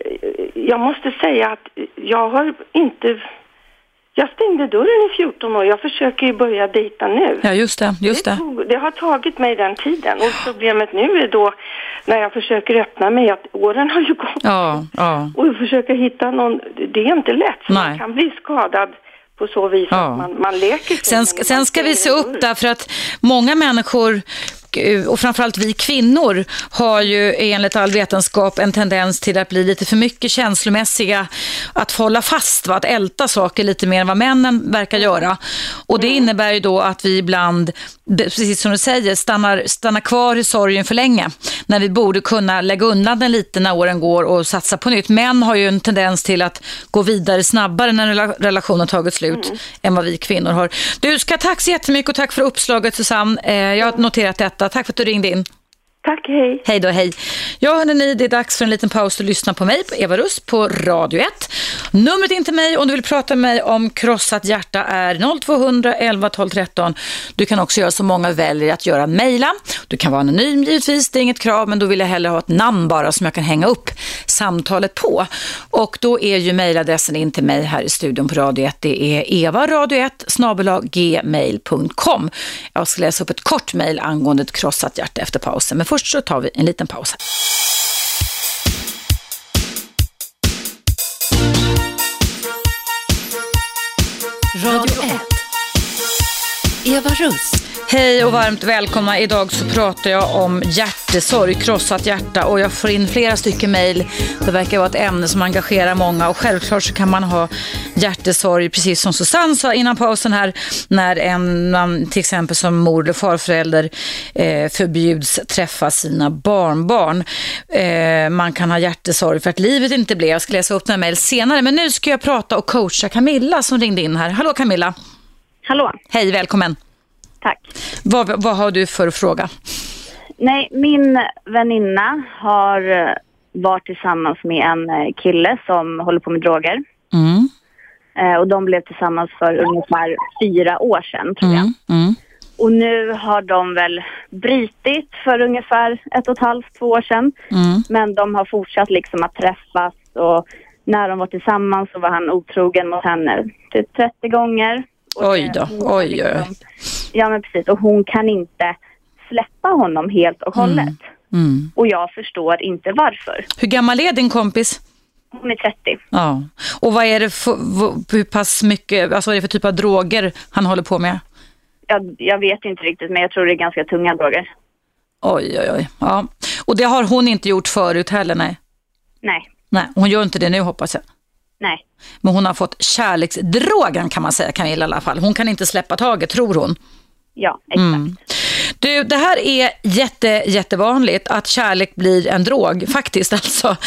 jag måste säga att jag har inte jag stängde dörren i fjorton år, jag försöker ju börja dejta nu. Ja, just det, just det. Det, tog, det har tagit mig den tiden och problemet nu är då när jag försöker öppna mig att åren har ju gått ja, ja. och försöka hitta någon, det är inte lätt, så man kan bli skadad på så vis ja. att man, man leker. Sen, ska, sen ska vi se upp där för att många människor och framförallt vi kvinnor har ju enligt all vetenskap en tendens till att bli lite för mycket känslomässiga, att hålla fast, va? Att älta saker lite mer än vad männen verkar göra. Och det innebär ju då att vi ibland, precis som du säger, stannar, stannar kvar i sorgen för länge. När vi borde kunna lägga undan den lite när åren går och satsa på nytt. Män har ju en tendens till att gå vidare snabbare när relationen tagit slut mm. än vad vi kvinnor har. Du ska tack så jättemycket och tack för uppslaget, Susanne. Jag har noterat detta. Tack för att du ringde in. Tack, hej. Hej då, hej. Ja, hörni, det är dags för en liten paus att lyssna på mig, på Eva Rust på Radio ett. Numret in till mig om du vill prata med mig om krossat hjärta är noll två hundra elva tolv tretton. Du kan också göra som många väljer att göra mejla. Du kan vara anonym givetvis, det är inget krav, men då vill jag hellre ha ett namn bara som jag kan hänga upp samtalet på. Och då är ju mejladressen in till mig här i studion på Radio ett. Det är evaradio ett snabel-a gmail punkt com. Jag ska läsa upp ett kort mejl angående ett krossat hjärta efter pausen. Men först så tar vi en liten paus. Radio ett. Eva Rust. Hej och varmt välkomna. Idag så pratar jag om hjärtesorg, krossat hjärta, och jag får in flera stycken mejl. Det verkar vara ett ämne som engagerar många, och självklart så kan man ha hjärtesorg, precis som Susanne sa innan pausen här, när en man, till exempel som mor eller farförälder eh, förbjuds träffa sina barnbarn. Eh, man kan ha hjärtesorg för att livet inte blev. Jag ska läsa upp några mejl senare, men nu ska jag prata och coacha Camilla som ringde in här. Hallå Camilla. Hallå. Hej, välkommen. Tack. Vad, vad har du för fråga? Nej, min väninna har varit tillsammans med en kille som håller på med droger. Mm. Eh, och de blev tillsammans för ungefär fyra år sedan, tror jag. Mm. Mm. Och nu har de väl brytit för ungefär ett och ett halvt, två år sedan. Mm. Men de har fortsatt liksom att träffas, och när de var tillsammans så var han otrogen mot henne typ trettio gånger. Och oj då, oj liksom, ja men precis, och hon kan inte släppa honom helt och hållet. Mm. Mm. Och jag förstår inte varför. Hur gammal är din kompis? Hon är trettio. Ja. Och vad är det för, hur pass mycket, alltså vad är det för typ av droger han håller på med? Jag, jag vet inte riktigt, men jag tror det är ganska tunga droger. Oj, oj, oj. Ja. Och det har hon inte gjort förut heller, nej? Nej. Nej, hon gör inte det nu, hoppas jag. Nej. Men hon har fått kärleksdrogen, kan man säga, Camilla, i alla fall. Hon kan inte släppa taget, tror hon. Ja, exakt. Mm. Du, det här är jätte, jättevanligt att kärlek blir en drog, faktiskt alltså.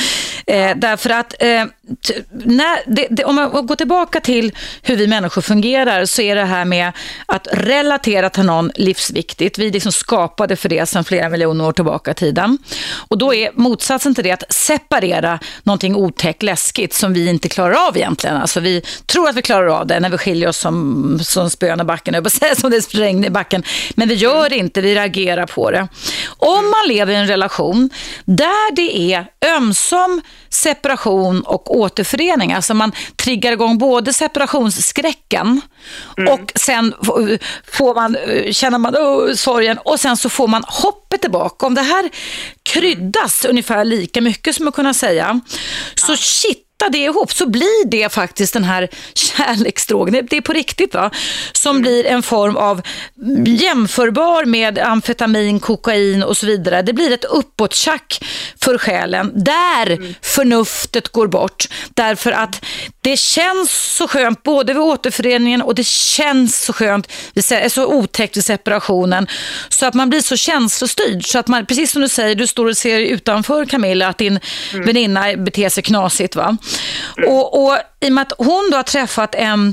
Eh, därför att eh, t- när det, det, om man går tillbaka till hur vi människor fungerar, så är det här med att relatera till någon livsviktigt. Vi liksom skapade för det sedan flera miljoner år tillbaka i tiden. Och då är motsatsen till det att separera någonting otäckt, läskigt som vi inte klarar av egentligen. Alltså vi tror att vi klarar av det när vi skiljer oss som, som spön i backen, jag säga som det är sprängd i backen. Men vi gör det inte, vi reagerar på det. Om man lever i en relation där det är ömsom separation och återförening, alltså man triggar igång både separationsskräcken mm. och sen får man, känner man oh, sorgen, och sen så får man hoppet tillbaka. Om det här kryddas ungefär lika mycket som man kunna säga, så shit, det ihop, så blir det faktiskt den här kärleksdrogen, det är på riktigt va, som blir en form av jämförbar med amfetamin, kokain och så vidare. Det blir ett uppåttjack för själen där mm. förnuftet går bort, därför att det känns så skönt både vid återföreningen och det känns så skönt, det är så otäckt vid separationen, så att man blir så känslostyrd, så att man, precis som du säger, du står och ser utanför Camilla att din mm. väninna beter sig knasigt va. Mm. Och, och i och med att hon då har träffat en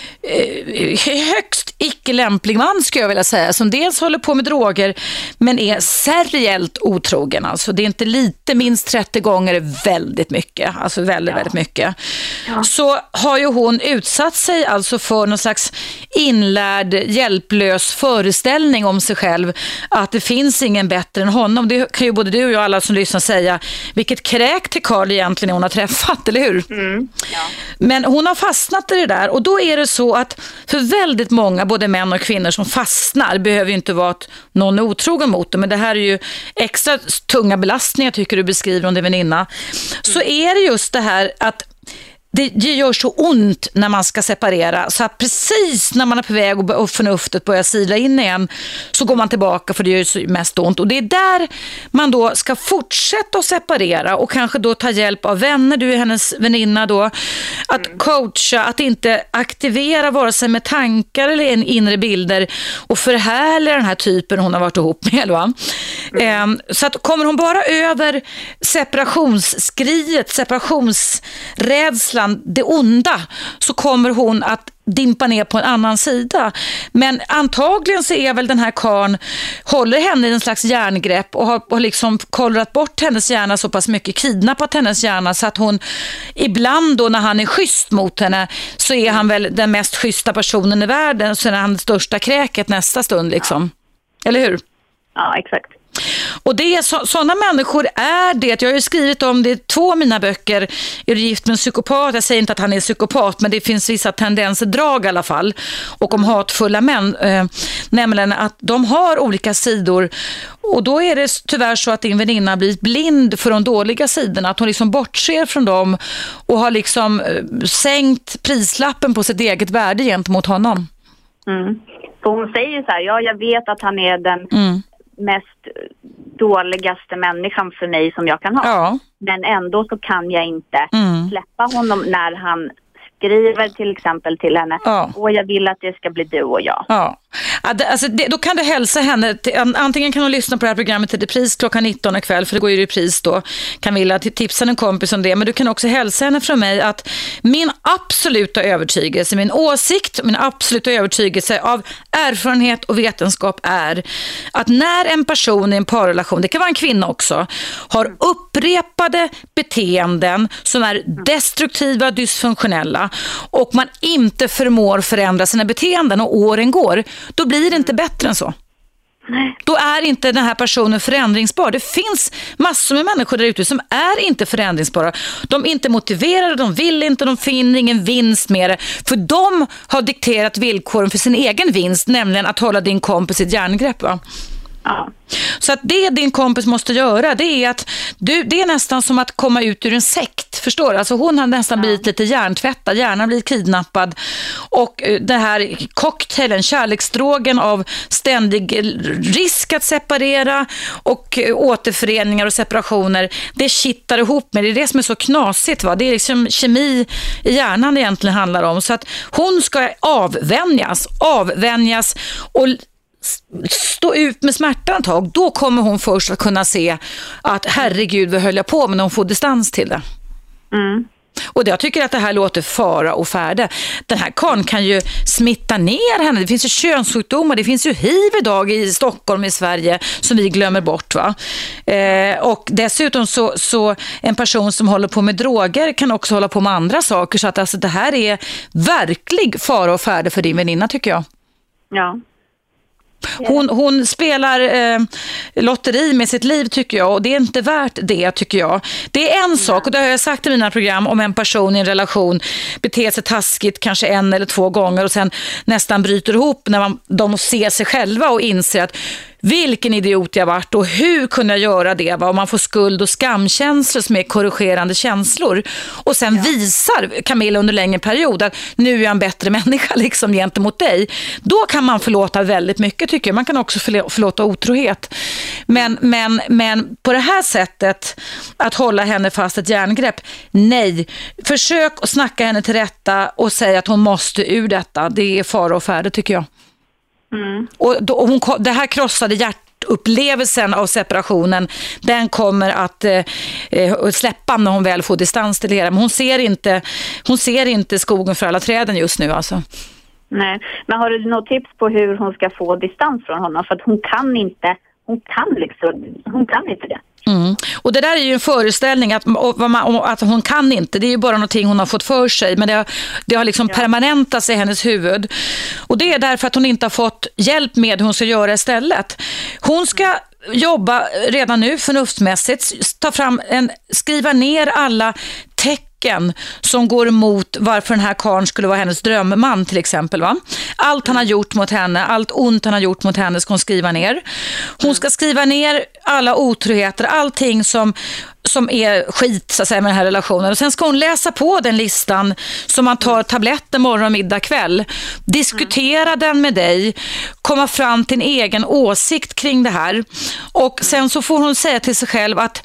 eh, högst icke lämplig man, skulle jag vilja säga, som dels håller på med droger men är seriellt otrogen. Alltså det är inte lite, minst trettio gånger väldigt mycket, alltså väldigt, ja. väldigt mycket. Ja. Så har ju hon utsatt sig alltså för någon slags inlärd, hjälplös föreställning om sig själv, att det finns ingen bättre än honom. Det kan ju både du och alla som lyssnar säga, vilket kräk till Carl egentligen hon har träffat, eller hur? Mm. Ja. Men hon har fastnat i det där, och då är det så att för väldigt många, både män och kvinnor som fastnar, behöver ju inte vara att någon är otrogen mot dem, men det här är ju extra tunga belastningar tycker du beskriver om din väninna. Mm. Så är det just det här att det gör så ont när man ska separera, så att precis när man är på väg och förnuftet börjar sila in igen, så går man tillbaka, för det gör så mest ont. Och det är där man då ska fortsätta att separera och kanske då ta hjälp av vänner, du är hennes väninna då, att mm. coacha, att inte aktivera vare sig med tankar eller inre bilder och förhärliga den här typen hon har varit ihop med. Va? Mm. Så att kommer hon bara över separationsskriet, separationsrädslan, det onda, så kommer hon att dimpa ner på en annan sida. Men antagligen så är väl den här karn, håller henne i en slags järngrepp och har, har liksom kollrat bort hennes hjärna så pass mycket, kidnappat hennes hjärna, så att hon ibland då när han är schysst mot henne, så är han väl den mest schyssta personen i världen, så är han det största kräket nästa stund liksom. Ja. Eller hur? Ja, exakt. Och det är så, sådana människor är det. Jag har ju skrivit om det i två av mina böcker. Är du gift med en psykopat? Jag säger inte att han är psykopat, men det finns vissa tendenser, drag i alla fall. Och om hatfulla män, eh, nämligen att de har olika sidor. Och då är det tyvärr så att din väninna blir blind för de dåliga sidorna, att hon liksom bortser från dem och har liksom eh, sänkt prislappen på sitt eget värde gentemot honom. Mm. För hon säger så här, ja, jag vet att han är den mm. mest dåligaste människan för mig som jag kan ha. Ja. Men ändå så kan jag inte mm. släppa honom när han skriver till exempel till henne. Ja. Och jag vill att det ska bli du och jag. Ja. Alltså det, då kan du hälsa henne, antingen kan hon lyssna på det här programmet till repris klockan nitton ikväll, för det går ju i repris då. Camilla, tipsa en kompis om det, men du kan också hälsa henne från mig att min absoluta övertygelse, min åsikt, min absoluta övertygelse av erfarenhet och vetenskap är att när en person i en parrelation, det kan vara en kvinna också, har upprepade beteenden som är destruktiva, dysfunktionella, och man inte förmår förändra sina beteenden och åren går, då blir det inte bättre än så. Nej. Då är inte den här personen förändringsbar. Det finns massor med människor där ute som är inte förändringsbara. De är inte motiverade, de vill inte, de finner ingen vinst med det. För de har dikterat villkoren för sin egen vinst, nämligen att hålla din kompis i ett järngrepp, va? Ja. Så att det din kompis måste göra, det är att du, det är nästan som att komma ut ur en sekt, förstår du? Alltså hon har nästan ja. blivit lite hjärntvättad, hjärnan blivit kidnappad, och det här cocktailen, kärleksdrogen av ständig risk att separera och återföreningar och separationer, det kittar ihop med det. Det är det som är så knasigt, va? Det är liksom kemi i hjärnan det egentligen handlar om. Så att hon ska avvänjas, avvänjas och stå ut med smärtan ett tag. Då kommer hon först att kunna se att herregud, vad höll jag på med, när hon får distans till det. Mm. Och jag tycker att det här låter fara och färde. Den här karln kan ju smitta ner henne. Det finns ju könssjukdomar, det finns ju H I V idag i Stockholm, i Sverige, som vi glömmer bort, va? Eh, och dessutom så, så en person som håller på med droger kan också hålla på med andra saker. Så att alltså, det här är verklig fara och färde för din väninna, tycker jag. Ja. Hon, hon spelar eh, lotteri med sitt liv, tycker jag, och det är inte värt det, tycker jag. Det är en sak, och det har jag sagt i mina program, om en person i en relation beter sig taskigt kanske en eller två gånger och sen nästan bryter ihop när man, de ser sig själva och inser att vilken idiot jag varit och hur kunde jag göra det, va? Och man får skuld- och skamkänslor som är korrigerande känslor. Och sen ja. visar Camilla under längre period att nu är jag en bättre människa liksom gentemot dig. Då kan man förlåta väldigt mycket, tycker jag. Man kan också förlåta otrohet. Men, men, men på det här sättet att hålla henne fast ett järngrepp, nej. Försök att snacka henne till rätta och säga att hon måste ur detta. Det är fara och färde, tycker jag. Mm. Och, då, och hon, det här krossade hjärtupplevelsen av separationen, den kommer att eh, släppa när hon väl får distans till det. Men hon ser inte, hon ser inte skogen för alla träden just nu, alltså. Nej, men har du något tips på hur hon ska få distans från honom? För att hon kan inte, hon kan liksom, hon kan inte det. Mm. Och det där är ju en föreställning att, att hon kan inte. Det är ju bara någonting hon har fått för sig. Men det har, det har liksom ja. permanentats i hennes huvud. Och det är därför att hon inte har fått hjälp med hur hon ska göra istället. Hon ska jobba redan nu förnuftsmässigt. Ta fram en, skriva ner alla tecken som går emot varför den här karln skulle vara hennes drömman, till exempel, va? Allt han har gjort mot henne, allt ont han har gjort mot henne ska hon skriva ner. Hon ska skriva ner alla otroheter, allting som som är skit, så att säga, med den här relationen. Och sen ska hon läsa på den listan som man tar tabletter morgon, middag, kväll. Diskutera mm. den med dig. Komma fram till en egen åsikt kring det här. Och sen så får hon säga till sig själv att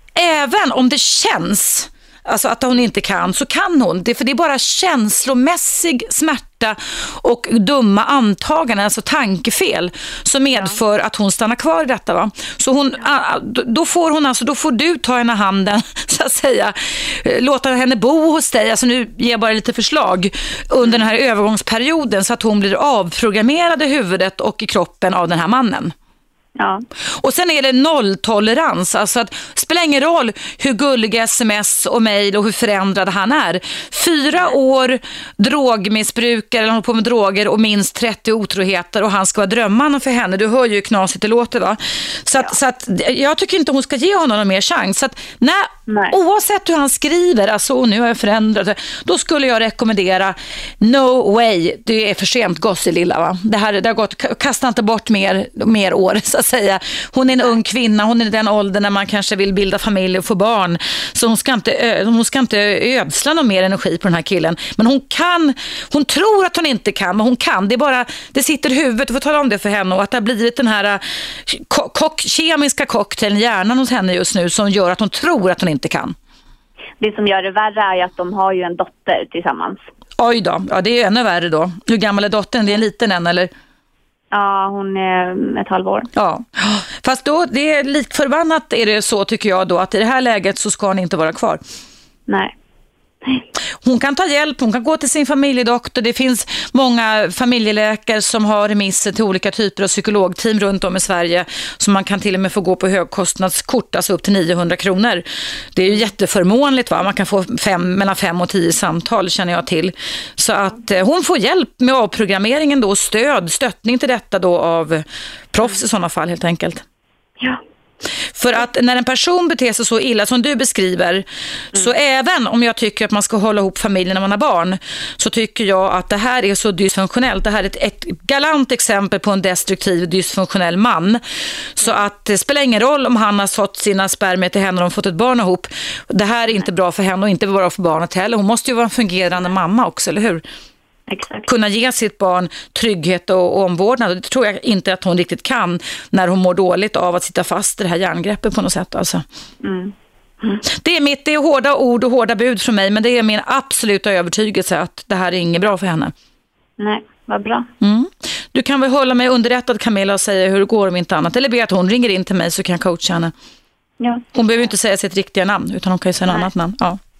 även om det känns, alltså att hon inte kan, så kan hon. Det, för det är bara känslomässig smärta och dumma antaganden, alltså tankefel, som medför ja. att hon stannar kvar i detta, va? Så hon, ja. då får hon alltså, då får du ta henne handen, så att säga, låta henne bo hos dig. Alltså nu ger jag bara lite förslag under den här övergångsperioden, så att hon blir avprogrammerad i huvudet och i kroppen av den här mannen. Ja. Och sen är det nolltolerans, alltså att det spelar ingen roll hur gulliga sms och mejl och hur förändrad han är. Fyra år drogmissbrukare, eller håller på med droger och minst trettio otroheter, och han ska vara drömmannen för henne. Du hör ju hur knasigt det låter, va? Så att, ja. så att jag tycker inte hon ska ge honom någon mer chans. Så att nej, nej. Oavsett hur han skriver, alltså och nu har jag förändrat, då skulle jag rekommendera no way, det är för sent, gosse lilla, va? Det här, det har gått, kasta inte bort mer, mer år, så att säga. Hon är en ung kvinna, hon är i den åldern när man kanske vill bilda familj och få barn, så hon ska inte, hon ska inte ödsla någon mer energi på den här killen. Men hon kan, hon tror att hon inte kan, men hon kan. Det är bara, det sitter i huvudet, och får tala om det för henne, och att det har blivit den här kock, kemiska cocktailen i hjärnan hos henne just nu som gör att hon tror att hon inte kan. Det som gör det värre är att de har ju en dotter tillsammans. Oj då, ja, det är ännu värre då. Hur gammal är dottern? Det är en liten än, eller? Ja, hon är ett halvår. Ja, fast då, det är lite förbannat är det så, tycker jag då, att i det här läget så ska hon inte vara kvar. Nej. Hon kan ta hjälp, hon kan gå till sin familjedoktor. Det finns många familjeläkare som har remisser till olika typer av psykologteam runt om i Sverige, som man kan till och med få gå på högkostnadskort, alltså upp till niohundra kronor. Det är ju jätteförmånligt, va? Man kan få fem, mellan fem och tio samtal, känner jag till. Så att eh, hon får hjälp med avprogrammeringen då, stöd, stöttning till detta då av proffs i sådana fall, helt enkelt. Ja. För att när en person beter sig så illa som du beskriver, mm. så även om jag tycker att man ska hålla ihop familjen när man har barn, så tycker jag att det här är så dysfunktionellt. Det här är ett, ett galant exempel på en destruktiv, dysfunktionell man. Så att det spelar ingen roll om han har fått sina spermier till henne och de fått ett barn ihop. Det här är inte bra för henne och inte bra för barnet heller. Hon måste ju vara en fungerande mamma också, eller hur? Exakt. Kunna ge sitt barn trygghet och, och omvårdnad. Det tror jag inte att hon riktigt kan när hon mår dåligt av att sitta fast i det här järngreppet på något sätt. Alltså. Mm. Mm. Det är mitt, det är hårda ord och hårda bud från mig, men det är min absoluta övertygelse att det här är inget bra för henne. Nej, vad bra. Mm. Du kan väl hålla mig underrättad, Camilla, och säga hur det går om inte annat. Eller be att hon ringer in till mig så kan jag coacha henne. Ja. Hon behöver inte säga sitt riktiga namn, utan hon kan ju säga ett annat namn. Ja.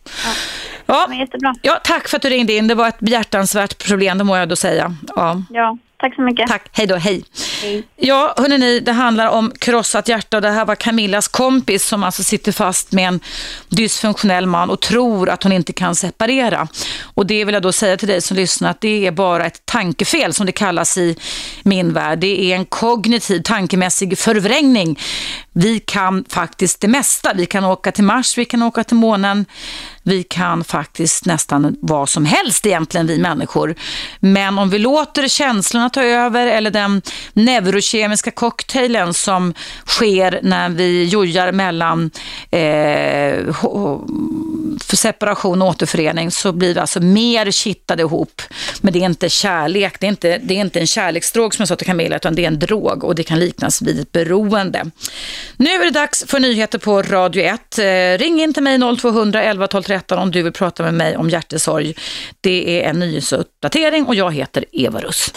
Ja. Ja. Men jättebra. Ja, tack för att du ringde in. Det var ett behjärtansvärt problem, det må jag då säga. Ja. Ja, tack så mycket. Tack, hej då, hej. Hej. Ja, hörrni, det handlar om krossat hjärta och det här var Camillas kompis som alltså sitter fast med en dysfunktionell man och tror att hon inte kan separera. Och det vill jag då säga till dig som lyssnar att det är bara ett tankefel som det kallas i min värld. Det är en kognitiv, tankemässig förvrängning. Vi kan faktiskt det mesta. Vi kan åka till Mars, vi kan åka till månen. Vi kan faktiskt nästan vad som helst egentligen, vi människor. Men om vi låter känslorna ta över eller den neurokemiska cocktailen som sker när vi jojar mellan eh, för separation och återförening, så blir vi alltså mer kittade ihop. Men det är inte kärlek, det är inte, det är inte en kärleksdrog som jag sa till Camilla, utan det är en drog och det kan liknas vid ett beroende. Nu är det dags för nyheter på Radio ett. Ring in till mig noll två hundra elva tolv tretton om du vill prata med mig om hjärtesorg. Det är en nyhetsuppdatering och jag heter Eva Russ.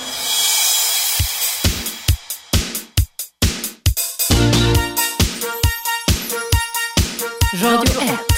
Radio ett.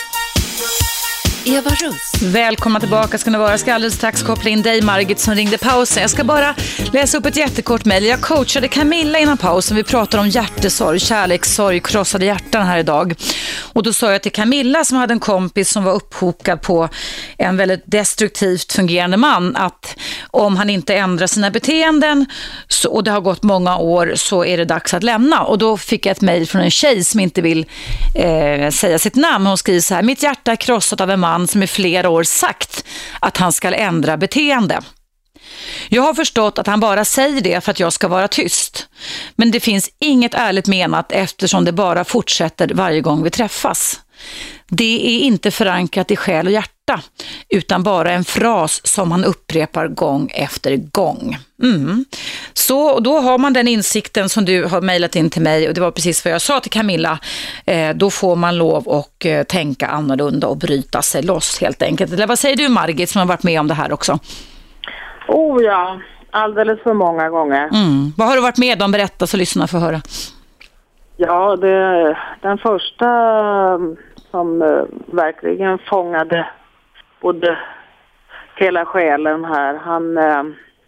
Eva Russ. Välkomna tillbaka ska ni vara. Jag ska alldeles strax koppla in dig, Margit, som ringde pausen. Jag ska bara läsa upp ett jättekort mejl. Jag coachade Camilla innan pausen. Vi pratar om hjärtesorg, kärlekssorg, krossade hjärtan här idag. Och då sa jag till Camilla som hade en kompis som var upphokad på en väldigt destruktivt fungerande man att om han inte ändrar sina beteenden så, och det har gått många år, så är det dags att lämna. Och då fick jag ett mejl från en tjej som inte vill eh, säga sitt namn. Hon skriver så här: mitt hjärta är krossat av en man som i flera år sagt att han ska ändra beteende. Jag har förstått att han bara säger det för att jag ska vara tyst. Men det finns inget ärligt menat eftersom det bara fortsätter varje gång vi träffas. Det är inte förankrat i själ och hjärta utan bara en fras som han upprepar gång efter gång. Mm. Så då har man den insikten som du har mejlat in till mig, och det var precis vad jag sa till Camilla. Eh, då får man lov att eh, tänka annorlunda och bryta sig loss helt enkelt. Eller vad säger du, Margit, som har varit med om det här också? Oh ja, alldeles för många gånger. Mm. Vad har du varit med om? Berätta så lyssna för höra. Ja, det, den första som uh, verkligen fångade både hela själen här, han, uh,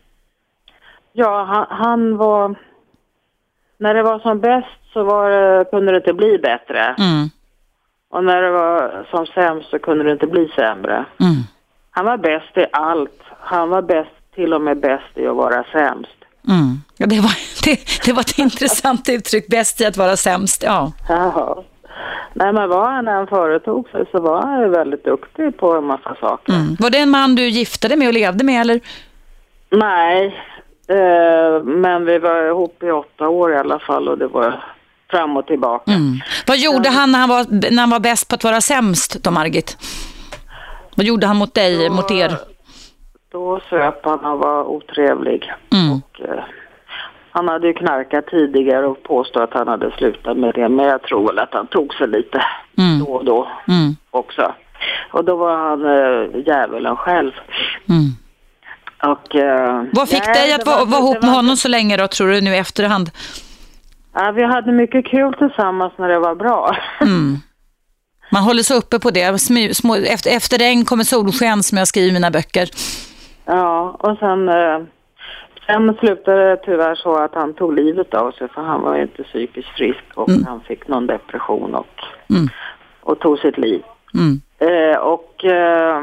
ja, han, han var, när det var som bäst så var det, kunde det inte bli bättre. Mm. Och när det var som sämst så kunde det inte bli sämre. Mm. Han var bäst i allt. Han var bäst, till och med bäst i att vara sämst. Mm. Ja, det, var, det, det var ett intressant uttryck, bäst i att vara sämst. Ja. Ja. Nej, men vad han än företog sig så var han väldigt duktig på en massa saker. Mm. Var det en man du gifte dig med och levde med, eller? Nej, eh, men vi var ihop i åtta år i alla fall och det var fram och tillbaka. Mm. Vad gjorde han när han, var, när han var bäst på att vara sämst då, Margit? Vad gjorde han mot dig, då, mot er? Då söp han och var otrevlig. Mm. Och, eh, han hade ju knarkat tidigare och påstod att han hade slutat med det. Men jag tror väl att han tog sig lite Mm. då och då Mm. också. Och då var han eh, djävulen själv. Mm. Och, eh, Vad fick nej, dig att det var- vara, vara det ihop med var- honom så länge då, tror du, nu i efterhand? Ja, vi hade mycket kul tillsammans när det var bra. Mm. Man håller sig uppe på det. Smy, små, efter, efter regn kommer solsken, som jag skriver i mina böcker. Ja, och sen, eh, sen slutade det tyvärr så att han tog livet av sig, för han var ju inte psykiskt frisk och Mm. han fick någon depression och, Mm. och tog sitt liv. Mm. Eh, och eh,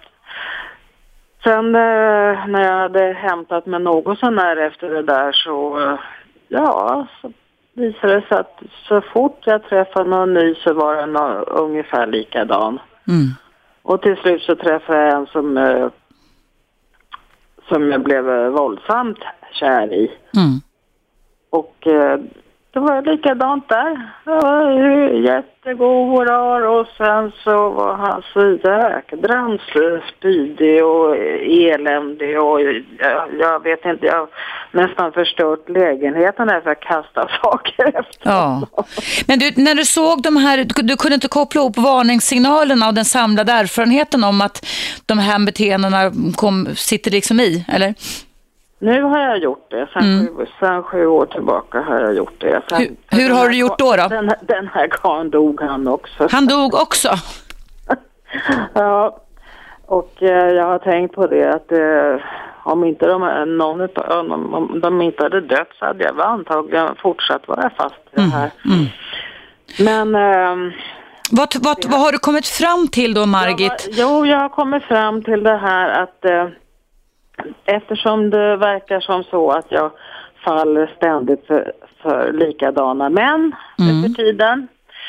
sen eh, när jag hade hämtat mig något sån här efter det där så, eh, ja, så visade det sig att så fort jag träffade någon ny så var den nå- ungefär likadan. Mm. Och till slut så träffade jag en som, eh, som jag blev eh, våldsamt kär i. Mm. Och eh, det var likadant där. Det var ju jättegod och rar, och sen så var han så jädrans spydig och eländig och jag, jag vet inte, jag har nästan förstört lägenheten där för att kasta saker efter. Ja. Men du, när du såg de här, du, du kunde inte koppla ihop varningssignalerna och den samlade erfarenheten om att de här beteendena kom, sitter liksom i, eller? Nu har jag gjort det. Sen, Mm. sju, sen sju år tillbaka har jag gjort det. Sen, Hur- hur den har här du gjort då, då? Den, den här karln dog han också. Han dog också. Ja, och eh, jag har tänkt på det att eh, om inte de, någon utav, om, om de inte hade dött så hade jag antagligen fortsatt vara fast i det här. Mm. Mm. Men... Eh, vad, vad, vad har du kommit fram till då, Margit? Jag, jo, jag har kommit fram till det här att eh, eftersom det verkar som så att jag faller ständigt för, för likadana män mm. för tiden.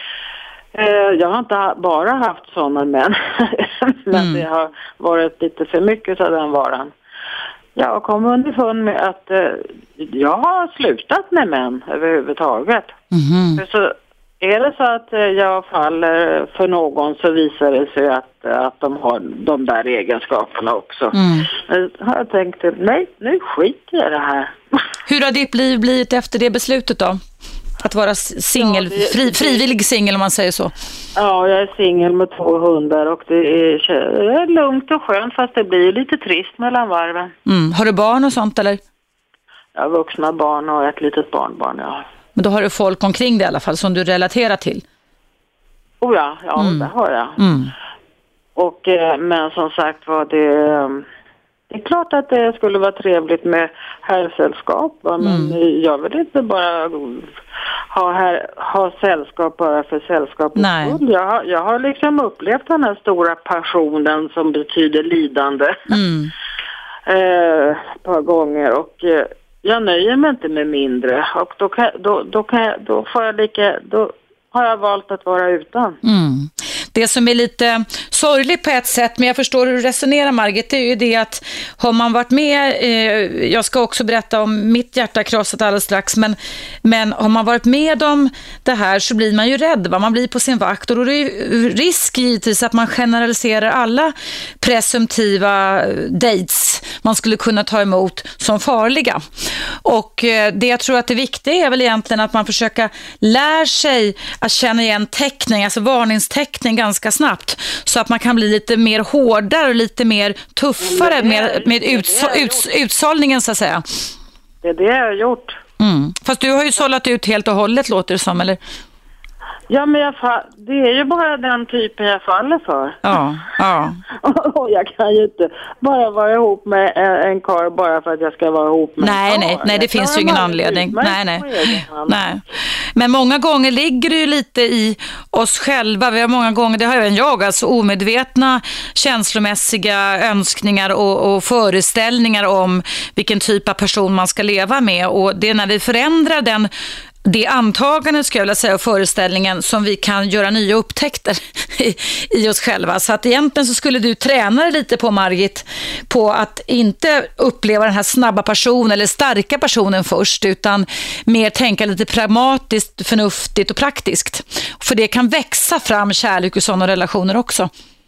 Jag har inte bara haft sådana män, men mm. det har varit lite för mycket av den varan. Jag kom underfund med att jag har slutat med män överhuvudtaget. Mm. Så är det så att jag faller för någon så visar det sig att, att de har de där egenskaperna också. Mm. Jag har tänkt, nej, nu skiter jag i det här. Hur har ditt liv blivit efter det beslutet då? Att vara singel, ja, fri, frivillig singel om man säger så. Ja, jag är singel med två hundar och det är, det är lugnt och skönt fast det blir lite trist mellan varven. Mm. Har du barn och sånt eller? Jag har vuxna barn och ett litet barnbarn, ja. Men då har du folk omkring dig i alla fall som du relaterar till? Oh ja, ja mm. det har jag. Mm. Och, men som sagt var det... Det är klart att det skulle vara trevligt med herrsällskap, men mm. jag vill inte bara ha, här, ha sällskap bara för sällskapets skull. Jag har, jag har liksom upplevt den här stora passionen som betyder lidande mm. eh, ett par gånger och eh, jag nöjer mig inte med mindre och då, kan, då, då, kan jag, då får jag lika... Då, har jag valt att vara utan. Mm. Det som är lite sorgligt på ett sätt, men jag förstår hur du resonerar, Margit, det är ju det att har man varit med, eh, jag ska också berätta om mitt hjärta krossat alldeles strax, men, men har man varit med om det här så blir man ju rädd, va? Man blir på sin vakt och då är det ju risk givetvis att man generaliserar alla presumtiva dates man skulle kunna ta emot som farliga. Och eh, det jag tror att det viktiga är väl egentligen att man försöker lära sig att känna igen teckning, alltså varningsteckning ganska snabbt så att man kan bli lite mer hårdare och lite mer tuffare är, med, med uts, uts, utsållningen så att säga. Det är det jag har gjort. Mm. Fast du har ju sållat ut helt och hållet låter det som, eller? Ja, men jag fa- det är ju bara den typen jag faller för. Ja, ja. Och jag kan ju inte bara vara ihop med en karl bara för att jag ska vara ihop med nej, en karl. Nej, nej, det jag finns ju ingen anledning. Nej, nej. nej. Men många gånger ligger det ju lite i oss själva. Vi har många gånger, det har även jag, alltså omedvetna känslomässiga önskningar och, och föreställningar om vilken typ av person man ska leva med. Och det är när vi förändrar den det antagandet ska jag vilja säga och föreställningen som vi kan göra nya upptäckter i, i oss själva. Så att egentligen så skulle du träna dig lite på, Margit, på att inte uppleva den här snabba personen eller starka personen först, utan mer tänka lite pragmatiskt, förnuftigt och praktiskt. För det kan växa fram kärlek och sådana relationer också.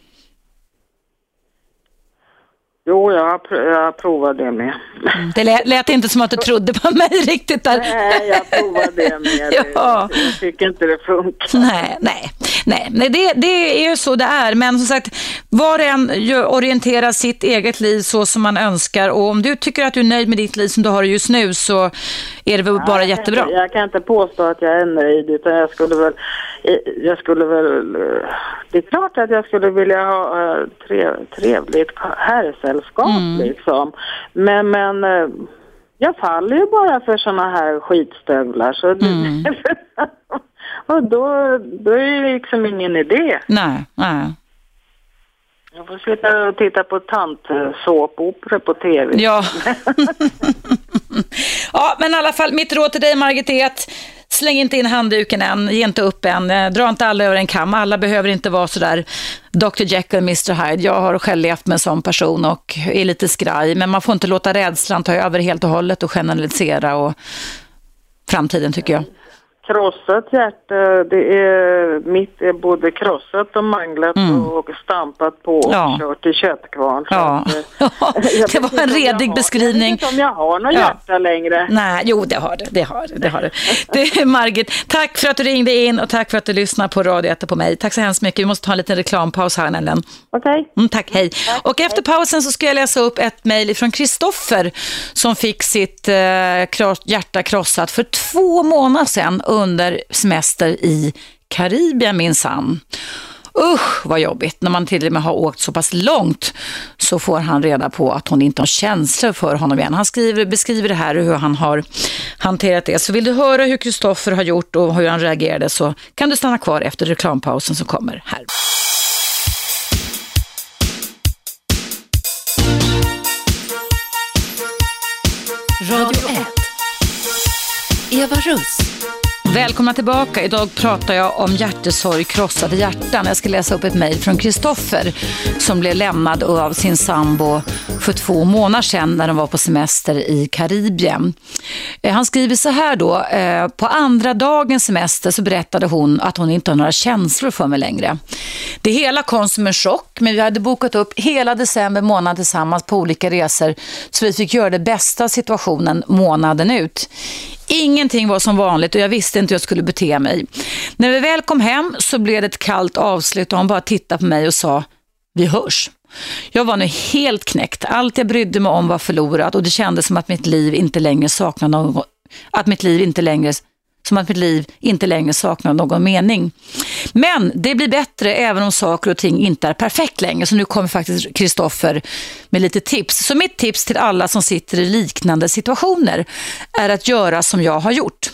Jo, jag har, pr- jag har provat det med. Mm, det lät, lät inte som att du trodde på mig riktigt där. Nej, jag provade det med. ja. Jag tycker inte det funkar. Nej, nej. Nej, nej det, det är ju så det är. Men som sagt, var och en orienterar sitt eget liv så som man önskar. Och om du tycker att du är nöjd med ditt liv som du har just nu så är det väl bara nej, jättebra. Jag kan, jag kan inte påstå att jag är nöjd, utan jag skulle väl... Jag skulle väl... Det är klart att jag skulle vilja ha trev, trevligt herrsällskap mm. liksom. Men, men jag faller ju bara för såna här skitstövlar. Så mm. och då, då är det liksom ingen idé. Nej, nej. Jag får sitta och titta på tantsåpopera på tv. Ja. Ja, men i alla fall, mitt råd till dig, Margit, är att släng inte in handduken än, ge inte upp än, dra inte alla över en kam. Alla behöver inte vara så där doktor Jekyll och mister Hyde. Jag har själv levt med en sån person och är lite skraj, men man får inte låta rädslan ta över helt och hållet och generalisera och framtiden, tycker jag. Krossat hjärta, det är mitt är både krossat och manglat mm. och stampat på och ja. kört i köttkvarn. Ja. Att, det var en redig beskrivning. Jag vet inte om jag har något ja. hjärta längre. Nej, jo det har du, det har du, det har du. Det, Margit, tack för att du ringde in och tack för att du lyssnar på Radio ett på mig. Tack så hemskt mycket, vi måste ta en liten reklampaus här nämligen. Okej. Okay. Mm, tack, hej. Tack, och efter pausen så ska jag läsa upp ett mejl från Kristoffer som fick sitt eh, kross, hjärta krossat för två månader sedan under semester i Karibien minsann. Usch vad jobbigt. När man till och med har åkt så pass långt så får han reda på att hon inte har känslor för honom igen. Han skriver, beskriver det här och hur han har hanterat det. Så vill du höra hur Kristoffer har gjort och hur han reagerade så kan du stanna kvar efter reklampausen som kommer här. Radio ett. Eva Russ. Välkomna tillbaka. Idag pratar jag om hjärtesorg, krossade hjärtan. Jag ska läsa upp ett mejl från Kristoffer som blev lämnad av sin sambo för två månader sedan när de var på semester i Karibien. Han skriver så här då. På andra dagens semester så berättade hon att hon inte har några känslor för mig längre. Det hela kom som en chock, men vi hade bokat upp hela december månad tillsammans på olika resor så vi fick göra det bästa av situationen månaden ut. Ingenting var som vanligt och jag visste inte hur jag skulle bete mig. När vi väl kom hem så blev det ett kallt avslut och hon bara tittade på mig och sa, vi hörs. Jag var nu helt knäckt. Allt jag brydde mig om var förlorat och det kändes som att mitt liv inte längre saknade någon, att mitt liv inte längre som att mitt liv inte längre saknar någon mening. Men det blir bättre även om saker och ting inte är perfekt längre. Så nu kommer faktiskt Kristoffer med lite tips. Så mitt tips till alla som sitter i liknande situationer är att göra som jag har gjort.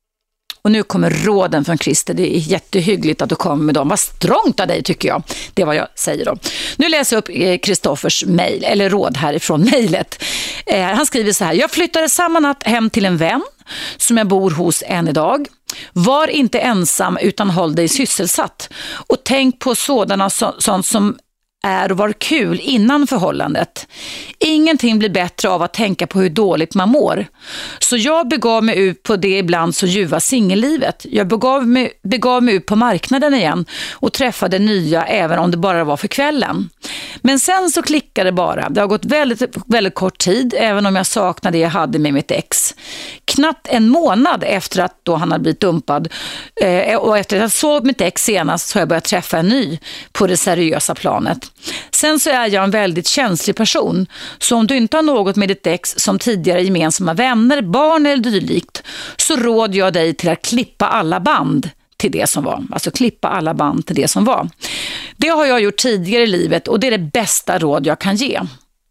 Och nu kommer råden från Christer. Det är jättehyggligt att du kommer med dem. Vad strångt av dig tycker jag. Det är vad jag säger då. Nu läser jag upp Kristoffers mejl, eller råd härifrån mejlet. Eh, han skriver så här. Jag flyttade samma natt hem till en vän som jag bor hos än idag. Var inte ensam utan håll dig sysselsatt. Och tänk på sådana så, sånt som är och var kul innan förhållandet. Ingenting blir bättre av att tänka på hur dåligt man mår. Så jag begav mig ut på det ibland så ljuva singellivet. Jag begav mig, begav mig ut på marknaden igen och träffade nya även om det bara var för kvällen. Men sen så klickade det bara. Det har gått väldigt, väldigt kort tid även om jag saknade det jag hade med mitt ex. Knappt en månad efter att då han hade blivit dumpad eh, och efter att jag såg mitt ex senast så har jag börjat träffa en ny på det seriösa planet. Sen så är jag en väldigt känslig person. Så om du inte har något med ditt ex som tidigare gemensamma vänner, barn eller dylikt så råder jag dig till att klippa alla band till det som var. Alltså klippa alla band till det som var. Det har jag gjort tidigare i livet och det är det bästa råd jag kan ge.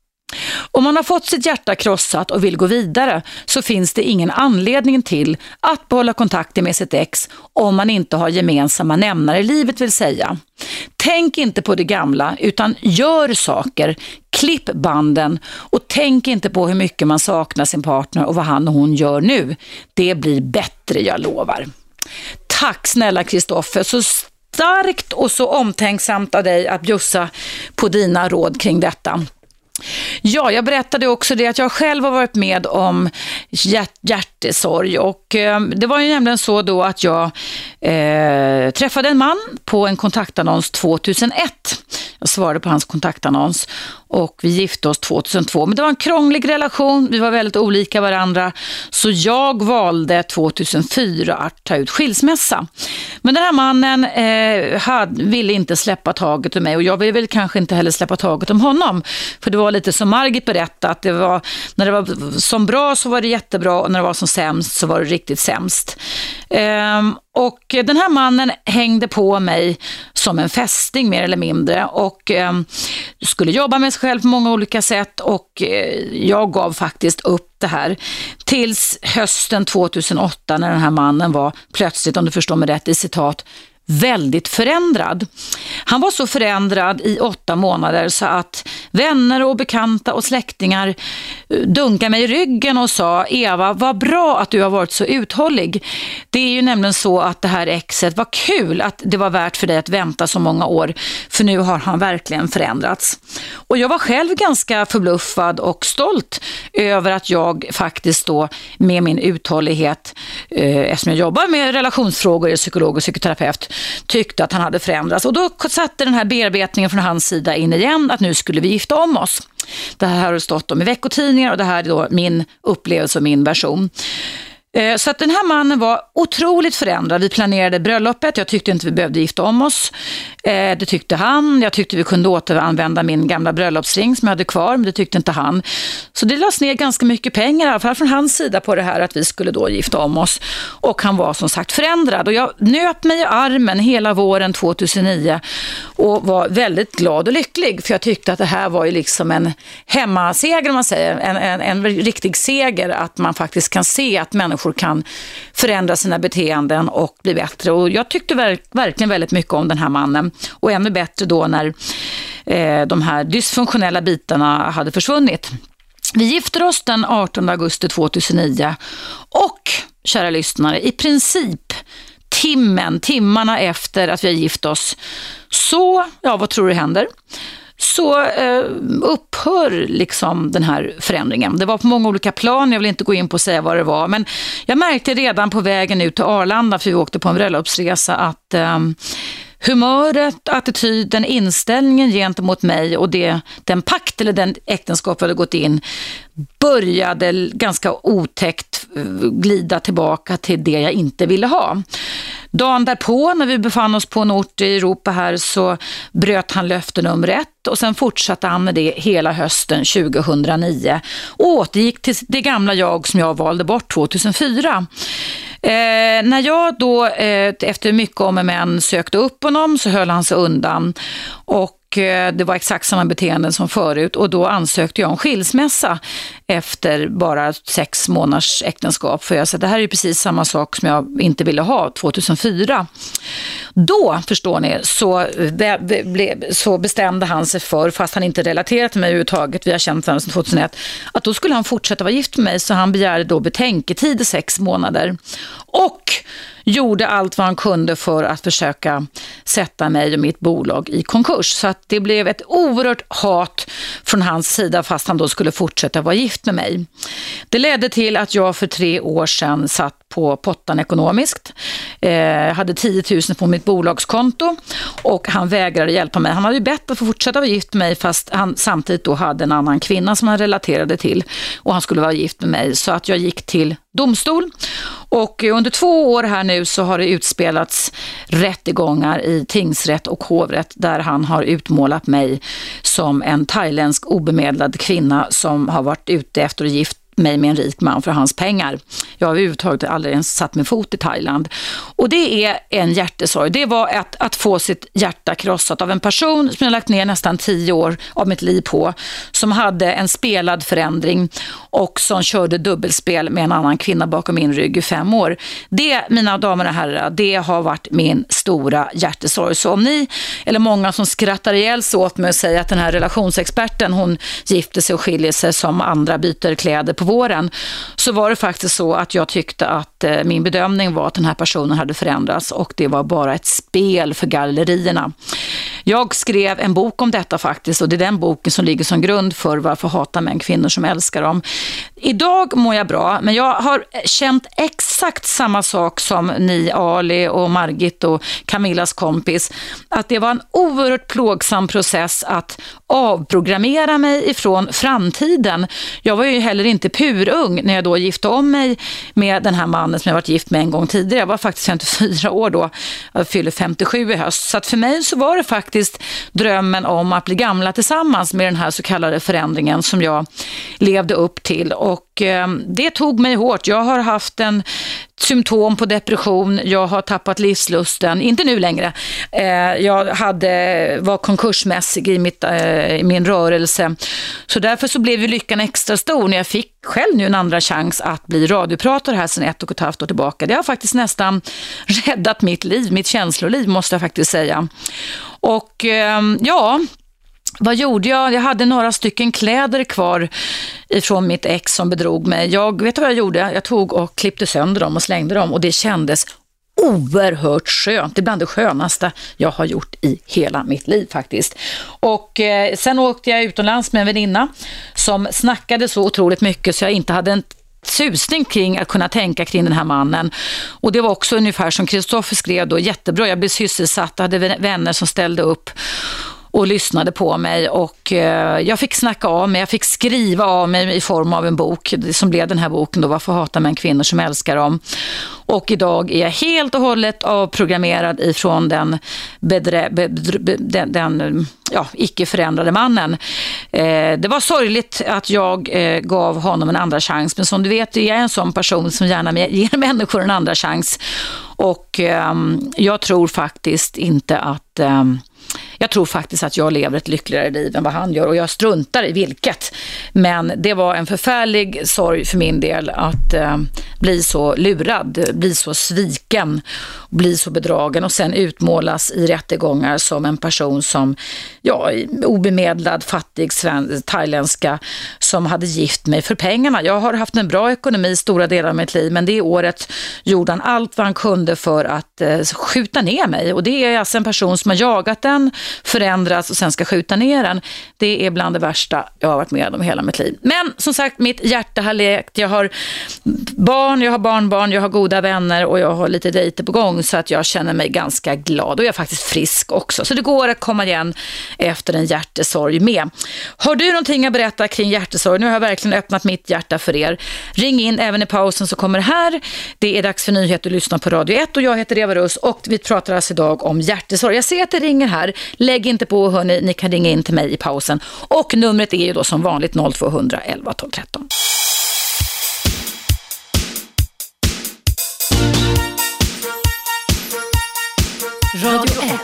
Om man har fått sitt hjärta krossat och vill gå vidare så finns det ingen anledning till att behålla kontakten med sitt ex om man inte har gemensamma nämnare i livet vill säga. Tänk inte på det gamla utan gör saker, klipp banden och tänk inte på hur mycket man saknar sin partner och vad han och hon gör nu. Det blir bättre, jag lovar. Tack snälla Kristoffer, så starkt och så omtänksamt av dig att bjussa på dina råd kring detta. Ja, jag berättade också det att jag själv har varit med om hjärt- hjärtesorg och eh, det var ju nämligen så då att jag eh, träffade en man på en kontaktannons tvåtusenett. Jag svarade på hans kontaktannons och vi gifte oss tvåtusentvå. Men det var en krånglig relation, vi var väldigt olika varandra så jag valde tvåtusenfyra att ta ut skilsmässa. Men den här mannen eh, hade, ville inte släppa taget om mig och jag ville väl kanske inte heller släppa taget om honom. För det var lite som Margit berättade att det var, när det var som bra så var det jättebra och när det var som sämst så var det riktigt sämst. Ehm, och den här mannen hängde på mig som en fästing mer eller mindre och eh, skulle jobba med sig själv på många olika sätt och eh, jag gav faktiskt upp det här tills hösten tvåtusenåtta när den här mannen var plötsligt, om du förstår mig rätt, i citat väldigt förändrad. Han var så förändrad i åtta månader så att vänner och bekanta och släktingar dunkade mig i ryggen och sa Eva, vad bra att du har varit så uthållig. Det är ju nämligen så att det här exet var kul att det var värt för dig att vänta så många år för nu har han verkligen förändrats. Och jag var själv ganska förbluffad och stolt över att jag faktiskt då med min uthållighet eh, eftersom jag jobbar med relationsfrågor och psykolog och psykoterapeut tyckte att han hade förändrats. Och då satte den här bearbetningen från hans sida in igen att nu skulle vi gifta om oss. Det här har stått om i veckotidningar och det här är då min upplevelse och min version. Så att den här mannen var otroligt förändrad. Vi planerade bröllopet. Jag tyckte inte vi behövde gifta om oss. Det tyckte han. Jag tyckte vi kunde återanvända min gamla bröllopsring som jag hade kvar. Men det tyckte inte han. Så det lades ner ganska mycket pengar, i alla fall från hans sida, på det här att vi skulle då gifta om oss. Och han var som sagt förändrad. Och jag nöp mig i armen hela våren tjugohundranio och var väldigt glad och lycklig. För jag tyckte att det här var ju liksom en hemmaseger, om man säger. En, en, en riktig seger, att man faktiskt kan se att människor kan förändra sina beteenden och bli bättre. Och jag tyckte verk, verkligen väldigt mycket om den här mannen. Och ännu bättre då när eh, de här dysfunktionella bitarna hade försvunnit. Vi gifte oss den artonde augusti tjugohundranio och, kära lyssnare, i princip timmen, timmarna efter att vi har gift oss, så, ja, vad tror du händer? Så eh, upphör liksom den här förändringen. Det var på många olika plan, jag vill inte gå in på och säga vad det var, men jag märkte redan på vägen ut till Arlanda, för vi åkte på en bröllopsresa, att eh, humöret, attityden, inställningen gentemot mig och det, den pakt eller den äktenskap vi hade gått in började ganska otäckt glida tillbaka till det jag inte ville ha. Dagen därpå, när vi befann oss på en ort i Europa här, så bröt han löfte nummer ett och sen fortsatte han med det hela hösten tjugohundranio och återgick till det gamla jag som jag valde bort tjugohundrafyra. Eh, när jag då eh, efter mycket om och men sökte upp honom, så höll han sig undan och det var exakt samma beteenden som förut, och då ansökte jag om skilsmässa efter bara sex månaders äktenskap, för jag sa att det här är ju precis samma sak som jag inte ville ha tjugohundrafyra. Då, förstår ni, så, det, det blev, så bestämde han sig för, fast han inte relaterat till mig överhuvudtaget, vi har känt varandra sedan tjugohundraett, att då skulle han fortsätta vara gift med mig, så han begärde då betänketid i sex månader och gjorde allt vad han kunde för att försöka sätta mig och mitt bolag i konkurs. Så att det blev ett oerhört hat från hans sida, fast han då skulle fortsätta vara gift med mig. Det ledde till att jag för tre år sedan satt på pottan ekonomiskt. Jag eh, hade tio tusen på mitt bolagskonto och han vägrade hjälpa mig. Han hade ju bett att få fortsätta vara gift med mig, fast han samtidigt då hade en annan kvinna som han relaterade till och han skulle vara gift med mig. Så att jag gick till domstol, och under två år här nu så har det utspelats rättegångar i tingsrätt och hovrätt där han har utmålat mig som en thailändsk obemedlad kvinna som har varit ute efter att gift mig med en rik man för hans pengar. Jag har överhuvudtaget aldrig ens satt min fot i Thailand. Och det är en hjärtesorg. Det var att, att få sitt hjärta krossat av en person som jag lagt ner nästan tio år av mitt liv på, som hade en spelad förändring och som körde dubbelspel med en annan kvinna bakom min rygg i fem år. Det, mina damer och herrar, det har varit min stora hjärtesorg. Så om ni, eller många som skrattar ihjäl sig åt mig och säger att den här relationsexperten, hon gifter sig och skiljer sig som andra byter kläder på våren, så var det faktiskt så att jag tyckte att eh, min bedömning var att den här personen hade förändrats och det var bara ett spel för gallerierna. Jag skrev en bok om detta faktiskt, och det är den boken som ligger som grund för Varför hatar män kvinnor som älskar dem. Idag mår jag bra, men jag har känt exakt samma sak som ni, Ali och Margit och Camillas kompis, att det var en oerhört plågsam process att avprogrammera mig ifrån framtiden. Jag var ju heller inte purung när jag då gifte om mig med den här mannen som jag varit gift med en gång tidigare. Jag var faktiskt femtiofyra år då, jag fyllde femtiosju i höst. Så att för mig så var det faktiskt drömmen om att bli gamla tillsammans med den här så kallade förändringen som jag levde upp till. Och eh, det tog mig hårt. Jag har haft en symptom på depression, jag har tappat livslusten, inte nu längre. Eh, jag hade, var konkursmässig i, mitt, eh, i min rörelse. Så därför så blev ju lyckan extra stor när jag fick själv nu en andra chans att bli radiopratare här sedan ett och ett halvt år tillbaka. Det har faktiskt nästan räddat mitt liv, mitt känsloliv måste jag faktiskt säga. Och eh, ja... Vad gjorde jag? Jag hade några stycken kläder kvar ifrån mitt ex som bedrog mig. Jag vet vad jag gjorde? Jag tog och klippte sönder dem och slängde dem, och det kändes oerhört skönt. Det är bland det skönaste jag har gjort i hela mitt liv faktiskt. Och eh, sen åkte jag utomlands med en väninna som snackade så otroligt mycket så jag inte hade en susning kring att kunna tänka kring den här mannen. Och det var också ungefär som Kristoffer skrev då, jättebra. Jag blev sysselsatt, hade vänner som ställde upp. och lyssnade på mig och eh, jag fick snacka av mig, jag fick skriva av mig i form av en bok som blev den här boken då, Varför hatar män kvinnor som älskar dem. Och idag är jag helt och hållet avprogrammerad ifrån den, bedrä, bedrä, den, den ja, icke förändrade mannen. Eh, det var sorgligt att jag eh, gav honom en andra chans, men som du vet, jag är en sån person som gärna ger människor en andra chans. Och eh, jag tror faktiskt inte att eh, jag tror faktiskt att jag lever ett lyckligare liv än vad han gör, och jag struntar i vilket. Men det var en förfärlig sorg för min del att eh, bli så lurad, bli så sviken, bli så bedragen och sen utmålas i rättegångar som en person som, ja, obemedlad, fattig sven- thailändska som hade gift mig för pengarna. Jag har haft en bra ekonomi stora delar av mitt liv, men det året gjorde han allt vad han kunde för att eh, skjuta ner mig, och det är alltså en person som har jagat den, förändras och sen ska skjuta ner den. Det är bland det värsta jag har varit med om hela mitt liv. Men som sagt, mitt hjärta har lekt. Jag har barn, jag har barnbarn, jag har goda vänner och jag har lite dejter på gång, så att jag känner mig ganska glad, och jag är faktiskt frisk också. Så det går att komma igen efter en hjärtesorg med. Har du någonting att berätta kring hjärtesorg? Nu har jag verkligen öppnat mitt hjärta för er. Ring in även i pausen så kommer det här. Det är dags för nyheter, du lyssnar på Radio ett och jag heter Eva Russ och vi pratar alltså idag om hjärtesorg. Jag ser att det ringer här. Lägg inte på, hörni, ni kan ringa in till mig i pausen. Och numret är ju då som vanligt noll två hundra elva tolv tretton. Radio ett.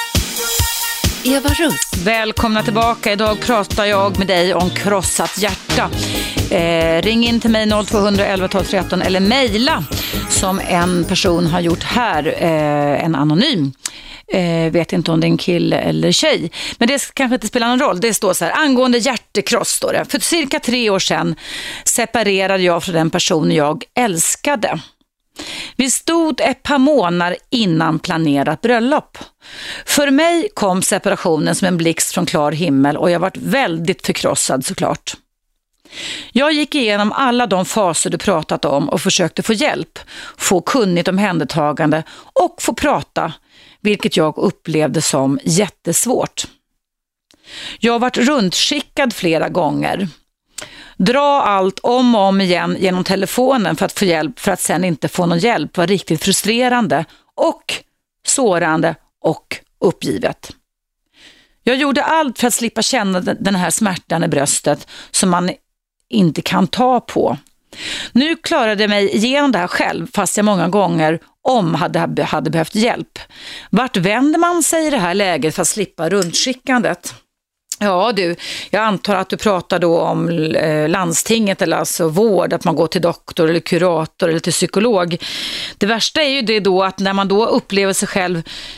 Eva Russ. Välkomna tillbaka. Idag pratar jag med dig om krossat hjärta. Eh, ring in till mig noll två hundra elva tolv tretton eller mejla som en person har gjort här, eh, en anonym. Eh, vet inte om det är en kille eller tjej, men det kanske inte spelar någon roll. Det står så här: angående hjärtekross står det. För cirka tre år sedan separerade jag från den person jag älskade. Vi stod ett par månader innan planerat bröllop. För mig kom separationen som en blixt från klar himmel och jag varit väldigt förkrossad såklart. Jag gick igenom alla de faser du pratat om och försökte få hjälp, få kunnigt omhändertagande och få prata, vilket jag upplevde som jättesvårt. Jag har varit rundskickad flera gånger. Dra allt om och om igen genom telefonen för att få hjälp, för att sen inte få någon hjälp var riktigt frustrerande och sårande och uppgivet. Jag gjorde allt för att slippa känna den här smärtan i bröstet som man inte kan ta på. Nu klarade jag mig igenom det här själv, fast jag många gånger om hade, hade behövt hjälp. Vart vänder man sig i det här läget för att slippa rundskickandet? Ja du, jag antar att du pratar då om eh, landstinget eller alltså vård, att man går till doktor eller kurator eller till psykolog. Det värsta är ju det då att när man då upplever sig själv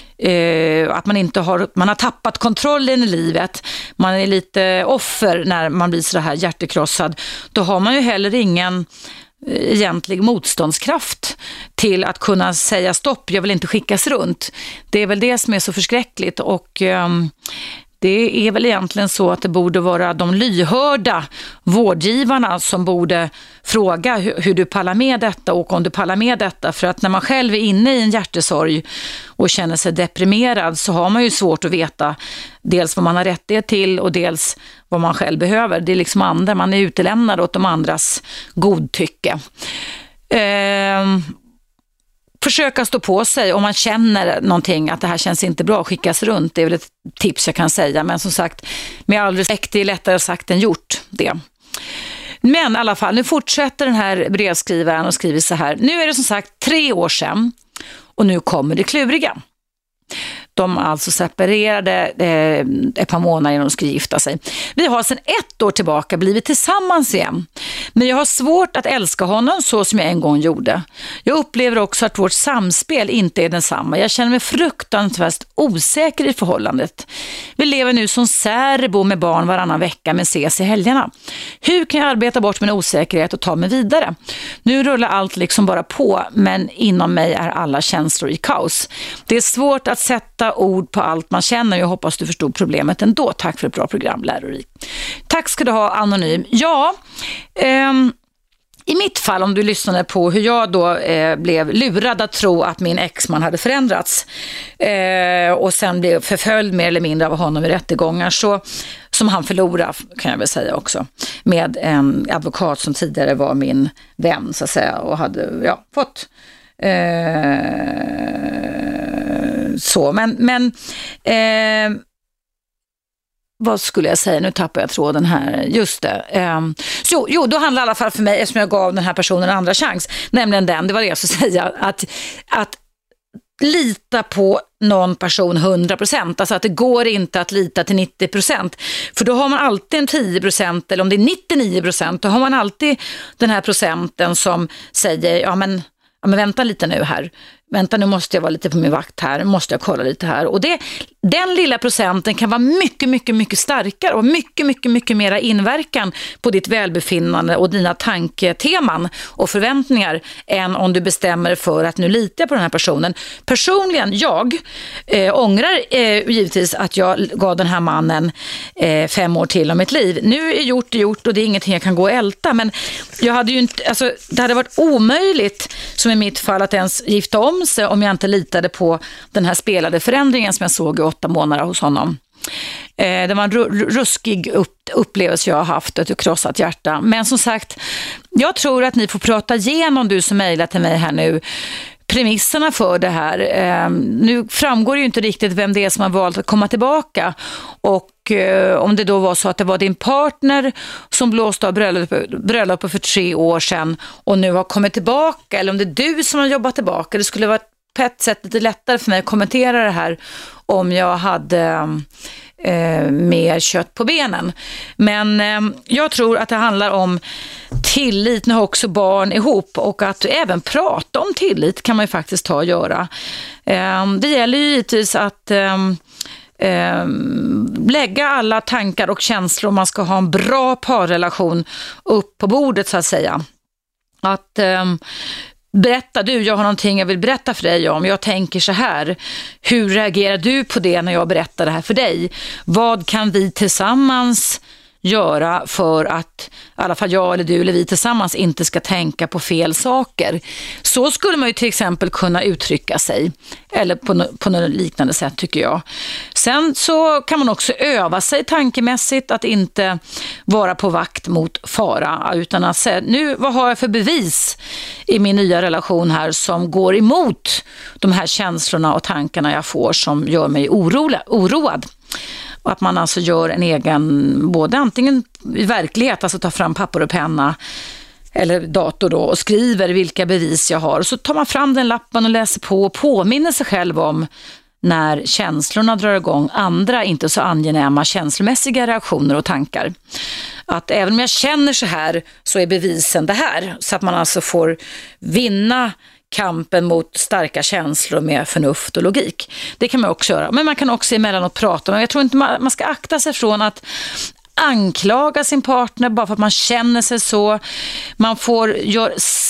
eh, att man inte har, man har tappat kontrollen i livet, man är lite offer när man blir så här hjärtekrossad, då har man ju heller ingen egentlig motståndskraft till att kunna säga stopp, jag vill inte skickas runt. Det är väl det som är så förskräckligt, och eh, det är väl egentligen så att det borde vara de lyhörda vårdgivarna som borde fråga hur, hur du pallar med detta och om du pallar med detta. För att när man själv är inne i en hjärtesorg och känner sig deprimerad så har man ju svårt att veta dels vad man har rättighet till och dels vad man själv behöver. Det är liksom andra, man är utelämnad åt de andras godtycke. Ehm... Försöka stå på sig om man känner någonting, att det här känns inte bra, skickas runt. Det är väl ett tips jag kan säga. Men som sagt, med all respekt, det är lättare sagt än gjort det. Men i alla fall, nu fortsätter den här brevskrivaren och skriver så här. Nu är det som sagt tre år sedan och nu kommer det kluriga. De alltså separerade eh, ett par månader innan de skulle gifta sig. Vi har sedan ett år tillbaka blivit tillsammans igen. Men jag har svårt att älska honom så som jag en gång gjorde. Jag upplever också att vårt samspel inte är densamma. Jag känner mig fruktansvärt osäker i förhållandet. Vi lever nu som särbo med barn varannan vecka men ses i helgerna. Hur kan jag arbeta bort min osäkerhet och ta mig vidare? Nu rullar allt liksom bara på, men inom mig är alla känslor i kaos. Det är svårt att sätta ord på allt man känner. Jag hoppas du förstod problemet ändå. Tack för ett bra program, lärorikt. Tack ska du ha, anonym. Ja, ehm, i mitt fall, om du lyssnade på hur jag då eh, blev lurad att tro att min exman hade förändrats eh, och sen blev förföljd mer eller mindre av honom i rättegångar, så, som han förlorade, kan jag väl säga också, med en advokat som tidigare var min vän så att säga, och hade ja, fått eh, så, men, men eh, vad skulle jag säga? Nu tappar jag tråden här. Just det. Um, så, jo, då handlar det i alla fall för mig, eftersom jag gav den här personen en andra chans, nämligen den, det var det jag skulle säga, att, att lita på någon person hundra procent. Alltså att det går inte att lita till nittio procent. För då har man alltid en tio procent, eller om det är nittionio procent, då har man alltid den här procenten som säger, ja men, ja, men vänta lite nu här. Vänta, nu måste jag vara lite på min vakt här. Måste jag kolla lite här. Och det, den lilla procenten kan vara mycket, mycket, mycket starkare och mycket, mycket, mycket mera inverkan på ditt välbefinnande och dina tanketeman och förväntningar än om du bestämmer för att nu litar jag på den här personen. Personligen, jag eh, ångrar eh, givetvis att jag gav den här mannen eh, fem år till om mitt liv. Nu är gjort är gjort och det är ingenting jag kan gå och älta. Men jag hade ju inte, alltså, det hade varit omöjligt, som i mitt fall, att ens gifta om sig om jag inte litade på den här spelade förändringen som jag såg i åtta månader hos honom. Eh, det var en ru- ruskig upp- upplevelse jag har haft, ett krossat hjärta. Men som sagt, jag tror att ni får prata igenom, du som mejlar till mig här nu, premisserna för det här. Eh, nu framgår ju inte riktigt vem det är som har valt att komma tillbaka, och eh, om det då var så att det var din partner som blåste av bröllopet, bröllopet för tre år sedan och nu har kommit tillbaka, eller om det är du som har jobbat tillbaka. Det skulle vara på ett sätt lite lättare för mig att kommentera det här om jag hade eh, mer kött på benen. Men eh, jag tror att det handlar om tillit. Nu har också barn ihop, och att även prata om tillit kan man ju faktiskt ta och göra. Eh, det gäller ju givetvis att eh, eh, lägga alla tankar och känslor om man ska ha en bra parrelation upp på bordet så att säga. Att eh, berätta, du, jag har någonting jag vill berätta för dig om. Jag tänker så här. Hur reagerar du på det när jag berättar det här för dig? Vad kan vi tillsammans göra för att i alla fall jag eller du eller vi tillsammans inte ska tänka på fel saker? Så skulle man ju till exempel kunna uttrycka sig, eller på, no- på något liknande sätt tycker jag. Sen så kan man också öva sig tankemässigt att inte vara på vakt mot fara, utan att säga, nu vad har jag för bevis i min nya relation här som går emot de här känslorna och tankarna jag får som gör mig orolig, oroad. Och att man alltså gör en egen, både antingen i verklighet, alltså tar fram papper och penna eller dator då och skriver vilka bevis jag har. Och så tar man fram den lappen och läser på och påminner sig själv om när känslorna drar igång andra inte så angenäma känslomässiga reaktioner och tankar. Att även om jag känner så här så är bevisen det här. Så att man alltså får vinna kampen mot starka känslor med förnuft och logik. Det kan man också göra. Men man kan också emellanåt prata. Men jag tror inte man, man ska akta sig från att anklaga sin partner bara för att man känner sig så. Man får gör,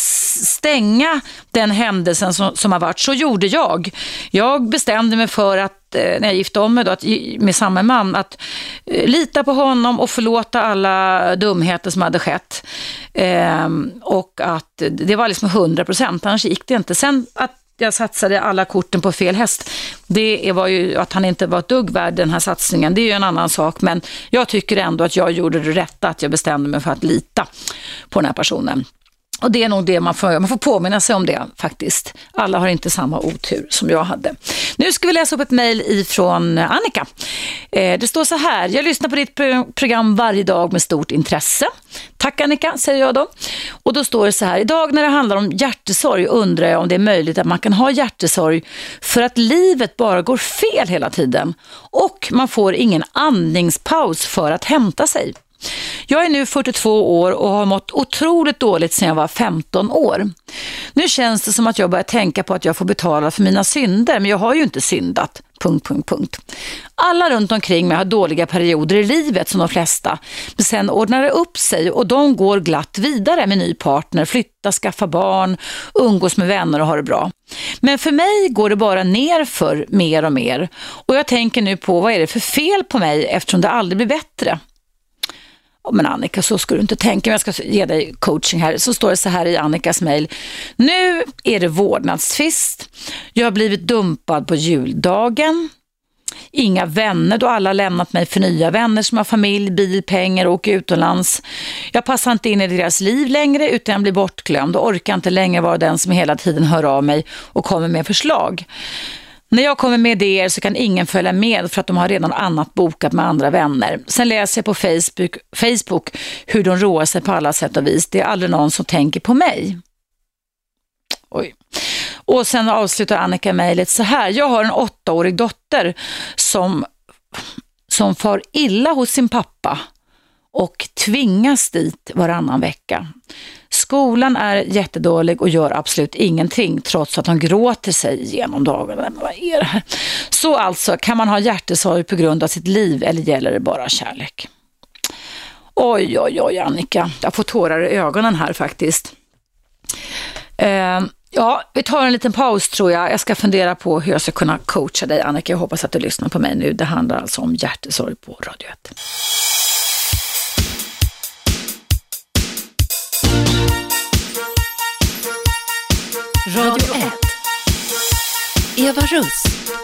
stänga den händelsen som, som har varit. Så gjorde jag. Jag bestämde mig för att när jag gifte om mig då, att, med samma man, att eh, lita på honom och förlåta alla dumheter som hade skett. Eh, och att det var liksom hundra procent, annars gick det inte. Sen att jag satsade alla korten på fel häst, det var ju att han inte var ett dugg värd den här satsningen. Det är ju en annan sak, men jag tycker ändå att jag gjorde det rätta, att jag bestämde mig för att lita på den här personen. Och det är nog det man får, man får påminna sig om det faktiskt. Alla har inte samma otur som jag hade. Nu ska vi läsa upp ett mejl ifrån Annika. Eh, det står så här: jag lyssnar på ditt program varje dag med stort intresse. Tack Annika, säger jag då. Och då står det så här: idag när det handlar om hjärtesorg undrar jag om det är möjligt att man kan ha hjärtesorg för att livet bara går fel hela tiden. Och man får ingen andningspaus för att hämta sig. Jag är nu fyrtiotvå år och har mått otroligt dåligt sedan jag var femton år. Nu känns det som att jag börjar tänka på att jag får betala för mina synder, men jag har ju inte syndat. Punkt, punkt, punkt. Alla runt omkring mig har dåliga perioder i livet som de flesta. Men sen ordnar det upp sig och de går glatt vidare med ny partner, flytta, skaffa barn, umgås med vänner och ha det bra. Men för mig går det bara ner för mer och mer. Och jag tänker nu på vad är det för fel på mig eftersom det aldrig blir bättre. Men Annika, så ska du inte tänka. Jag ska ge dig coaching här. Så står det så här i Annikas mejl. Nu är det vårdnadstvist. Jag har blivit dumpad på juldagen. Inga vänner då alla lämnat mig för nya vänner som har familj, bil, pengar och åker utomlands. Jag passar inte in i deras liv längre utan jag blir bortglömd och orkar inte längre vara den som hela tiden hör av mig och kommer med förslag. När jag kommer med idéer så kan ingen följa med för att de har redan annat bokat med andra vänner. Sen läser jag på Facebook, Facebook hur de roar sig på alla sätt och vis. Det är aldrig någon som tänker på mig. Oj. Och sen avslutar Annika mejlet så här. Jag har en åttaårig dotter som, som far illa hos sin pappa och tvingas dit varannan vecka. Skolan är jättedålig och gör absolut ingenting trots att hon gråter sig igenom dagen. Men vad är det här? Så alltså, kan man ha hjärtesorg på grund av sitt liv eller gäller det bara kärlek? Oj, oj, oj Annika. Jag får tårar i ögonen här faktiskt. Eh, ja, vi tar en liten paus tror jag. Jag ska fundera på hur jag ska kunna coacha dig Annika. Jag hoppas att du lyssnar på mig nu. Det handlar alltså om hjärtesorg på Radio ett. Radio ett. Eva Russ.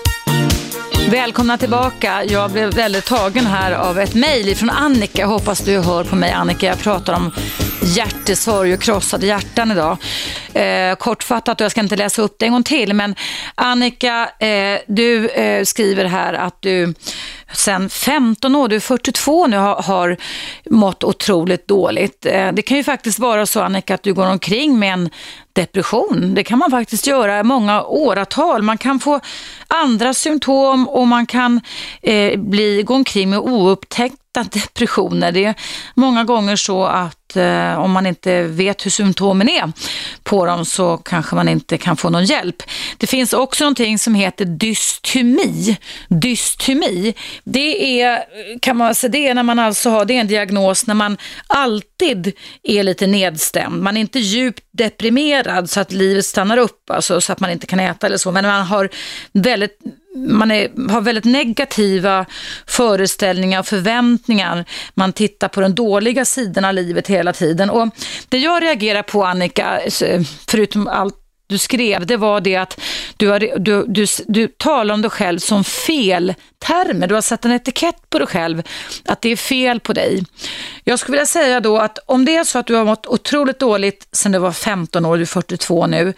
Välkomna tillbaka. Jag blev väldigt tagen här av ett mejl från Annika. Jag hoppas du hör på mig Annika. Jag pratar om hjärtesorg och krossade hjärtan idag. Eh, kortfattat, och jag ska inte läsa upp det en gång till. Men Annika, eh, du eh, skriver här att du sen femton år, du är fyrtiotvå nu, har, har mått otroligt dåligt. Eh, det kan ju faktiskt vara så Annika att du går omkring med en depression. Det kan man faktiskt göra många åratal. Man kan få andra symptom och man kan eh, bli, gå omkring med oupptäckta depressioner. Det är många gånger så att eh, om man inte vet hur symptomen är på dem så kanske man inte kan få någon hjälp. Det finns också någonting som heter dystemi. Dystemi, det är, kan man säga, det är när man alltså har, det är en diagnos när man alltid är lite nedstämd. Man är inte djupt deprimerad så att livet stannar upp, alltså så att man inte kan äta eller så, men man har väldigt man är, har väldigt negativa föreställningar och förväntningar. Man tittar på den dåliga sidan av livet hela tiden. Och det jag reagerar på Annika, förutom allt du skrev, det var det att du, har, du, du, du talar om dig själv som fel termer. Du har satt en etikett på dig själv att det är fel på dig. Jag skulle vilja säga då att om det är så att du har mått otroligt dåligt sedan du var femton år, du är fyrtiotvå nu,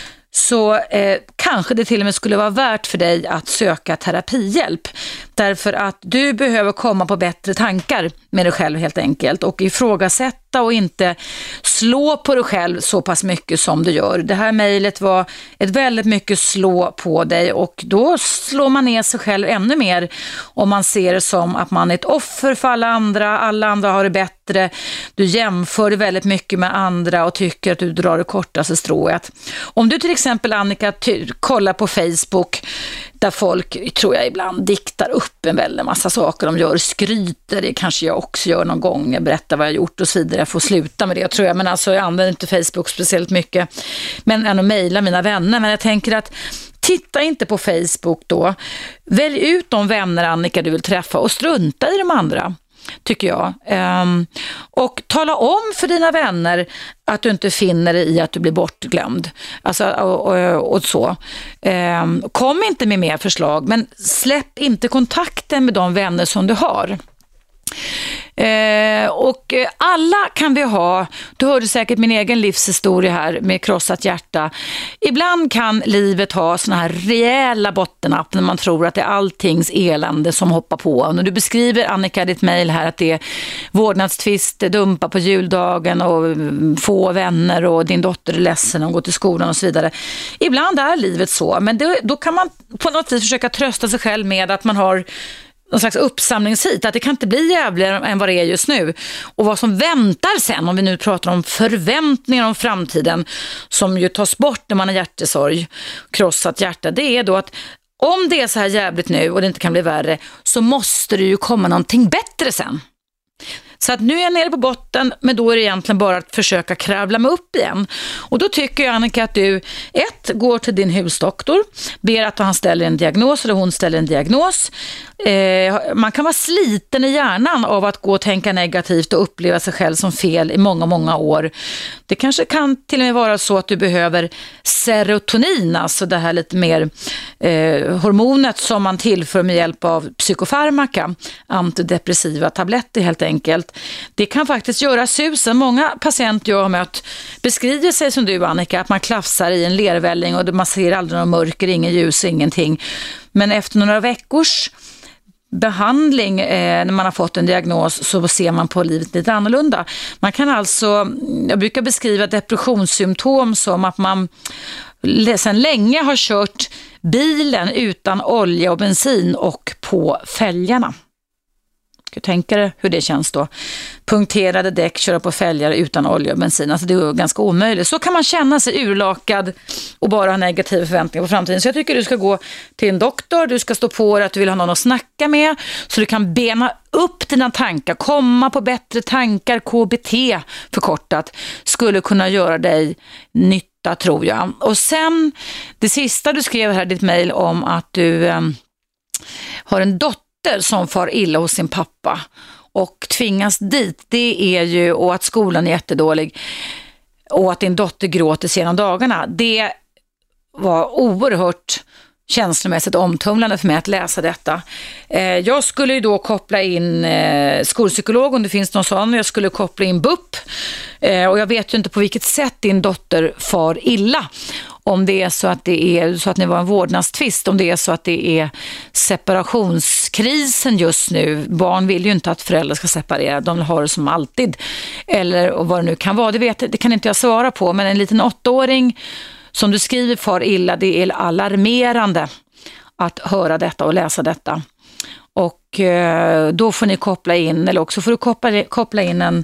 så eh, kanske det till och med skulle vara värt för dig att söka terapihjälp. Därför att du behöver komma på bättre tankar med dig själv helt enkelt och ifrågasätta och inte slå på dig själv så pass mycket som du gör. Det här mejlet var ett väldigt mycket slå på dig och då slår man ner sig själv ännu mer om man ser det som att man är ett offer för alla andra, alla andra har det bättre. Du jämför det väldigt mycket med andra och tycker att du drar det kortaste strået. Om du till exempel Annika ty- kollar på Facebook där folk, tror jag ibland, diktar upp en väldigt massa saker. De gör skryter, det kanske jag också gör någon gång. Jag berättar vad jag gjort och så vidare. Jag får sluta med det, tror jag. Men alltså, jag använder inte Facebook speciellt mycket. Men än att mejla mina vänner. Men jag tänker att titta inte på Facebook då. Välj ut de vänner, Annika, du vill träffa och strunta i de andra, tycker jag. Um, och tala om för dina vänner att du inte finner dig i att du blir bortglömd. Alltså, och, och, och så. Um, kom inte med mer förslag, men släpp inte kontakten med de vänner som du har. Eh, och alla kan vi ha, du hörde säkert min egen livshistoria här med krossat hjärta. Ibland kan livet ha såna här rejäla bottennapp när man tror att det är alltings elände som hoppar på. Och när du beskriver, Annika, ditt mejl här att det är vårdnadstvist, dumpa på juldagen och få vänner och din dotter är ledsen och går till skolan och så vidare. Ibland är livet så, men det, då kan man på något vis försöka trösta sig själv med att man har någon slags uppsamlingshit, att det kan inte bli jävligare än vad det är just nu. Och vad som väntar sen, om vi nu pratar om förväntningar om framtiden som ju tas bort när man har hjärtesorg, krossat hjärta, det är då att om det är så här jävligt nu och det inte kan bli värre, så måste det ju komma någonting bättre sen. Så att nu är jag nere på botten, men då är det egentligen bara att försöka kravla mig upp igen. Och då tycker jag, Annika, att du ett, går till din husdoktor, ber att han ställer en diagnos eller hon ställer en diagnos. Eh, man kan vara sliten i hjärnan av att gå och tänka negativt och uppleva sig själv som fel i många, många år. Det kanske kan till och med vara så att du behöver serotonin, alltså det här lite mer eh, hormonet som man tillför med hjälp av psykofarmaka, antidepressiva tabletter helt enkelt. Det kan faktiskt göra susen. Många patienter jag har mött beskriver sig som du, Annika, att man klafsar i en lervälling och man ser aldrig någon mörker, ingen ljus, ingenting. Men efter några veckors behandling, eh, när man har fått en diagnos, så ser man på livet lite annorlunda. Man kan alltså, jag brukar beskriva depressionssymptom som att man sedan länge har kört bilen utan olja och bensin och på fälgarna. Ska tänka dig hur det känns då. Punkterade däck, köra på fälgar utan olja och bensin. Alltså det är ganska omöjligt. Så kan man känna sig urlakad och bara ha negativa förväntningar på framtiden. Så jag tycker du ska gå till en doktor. Du ska stå på dig att du vill ha någon att snacka med. Så du kan bena upp dina tankar. Komma på bättre tankar. K B T förkortat skulle kunna göra dig nytta, tror jag. Och sen, det sista du skrev här i ditt mejl om att du eh, har en dotter som far illa hos sin pappa och tvingas dit, det är ju, och att skolan är jättedålig och att din dotter gråter sedan dagarna. Det var oerhört känslomässigt omtumlande för mig att läsa detta. Eh, jag skulle ju då koppla in eh, skolpsykolog om det finns någon sån, och jag skulle koppla in B U P eh, och jag vet ju inte på vilket sätt din dotter far illa. Om det är så att det är så att ni var en vårdnadstvist, om det är så att det är separationskrisen just nu. Barn vill ju inte att föräldrar ska separera, de har det som alltid. Eller och vad det nu kan vara, det, vet, det kan inte jag svara på. Men en liten åttaåring som du skriver far illa, det är alarmerande att höra detta och läsa detta. Och eh, då får ni koppla in, eller också får du koppla, koppla in en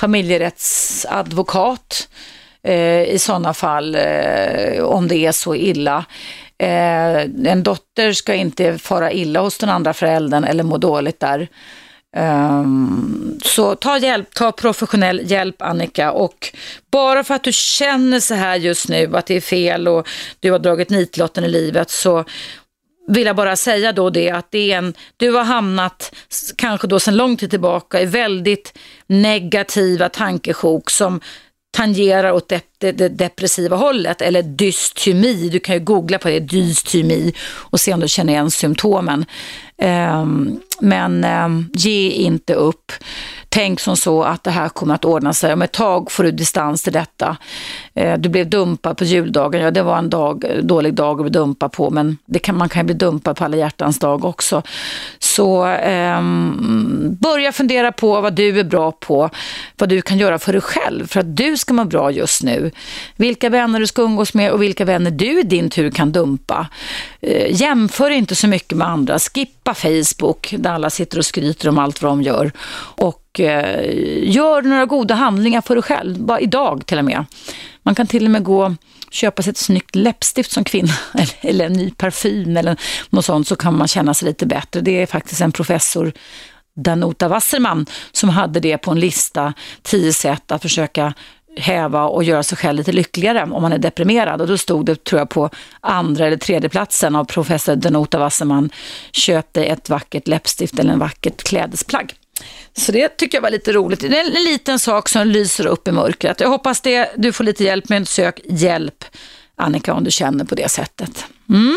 familjerättsadvokat i sådana fall, eh, om det är så illa. Eh, en dotter ska inte fara illa hos den andra föräldern eller må dåligt där. Eh, så ta hjälp, ta professionell hjälp, Annika. Och bara för att du känner så här just nu, att det är fel och du har dragit nitlotten i livet, så vill jag bara säga då det att det är en, du har hamnat kanske då sedan lång tid tillbaka i väldigt negativa tankesjok som tangerar åt det, det, det depressiva hållet, eller dystymi. Du kan ju googla på det, dystymi, och se om du känner igen symptomen. Um, men um, ge inte upp. Tänk som så att det här kommer att ordna sig. Om ett tag får du distans till detta. Uh, du blev dumpad på juldagen. Ja, det var en dag, dålig dag att bli dumpad på, men det kan, man kan ju bli dumpad på alla hjärtans dag också. Så um, börja fundera på vad du är bra på, vad du kan göra för dig själv för att du ska må bra just nu. Vilka vänner du ska umgås med och vilka vänner du i din tur kan dumpa. Uh, jämför inte så mycket med andra. Skippa Facebook där alla sitter och skryter om allt vad de gör. Och uh, gör några goda handlingar för dig själv. Bara idag till och med. Man kan till och med gå och köpa sig ett snyggt läppstift som kvinna eller, eller en ny parfym eller något sånt, så kan man känna sig lite bättre. Det är faktiskt en professor, Danuta Wasserman, som hade det på en lista, tio sätt att försöka häva och göra sig själv lite lyckligare om man är deprimerad. Och då stod det, tror jag, på andra eller tredje platsen av professor Danuta Wasserman: köp dig ett vackert läppstift eller en vackert klädesplagg. Så det tycker jag var lite roligt. Det är en liten sak som lyser upp i mörkret. Jag hoppas det, du får lite hjälp, med sök hjälp, Annika, om du känner på det sättet. Mm.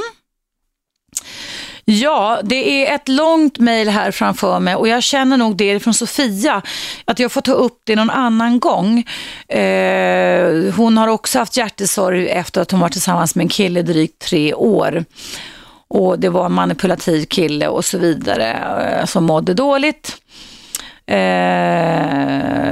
Ja, det är ett långt mejl här framför mig och jag känner nog det från Sofia, att jag får ta upp det någon annan gång. Eh, hon har också haft hjärtesorg efter att hon var tillsammans med en kille drygt tre år. Och det var en manipulativ kille och så vidare, eh, som mådde dåligt. Eh,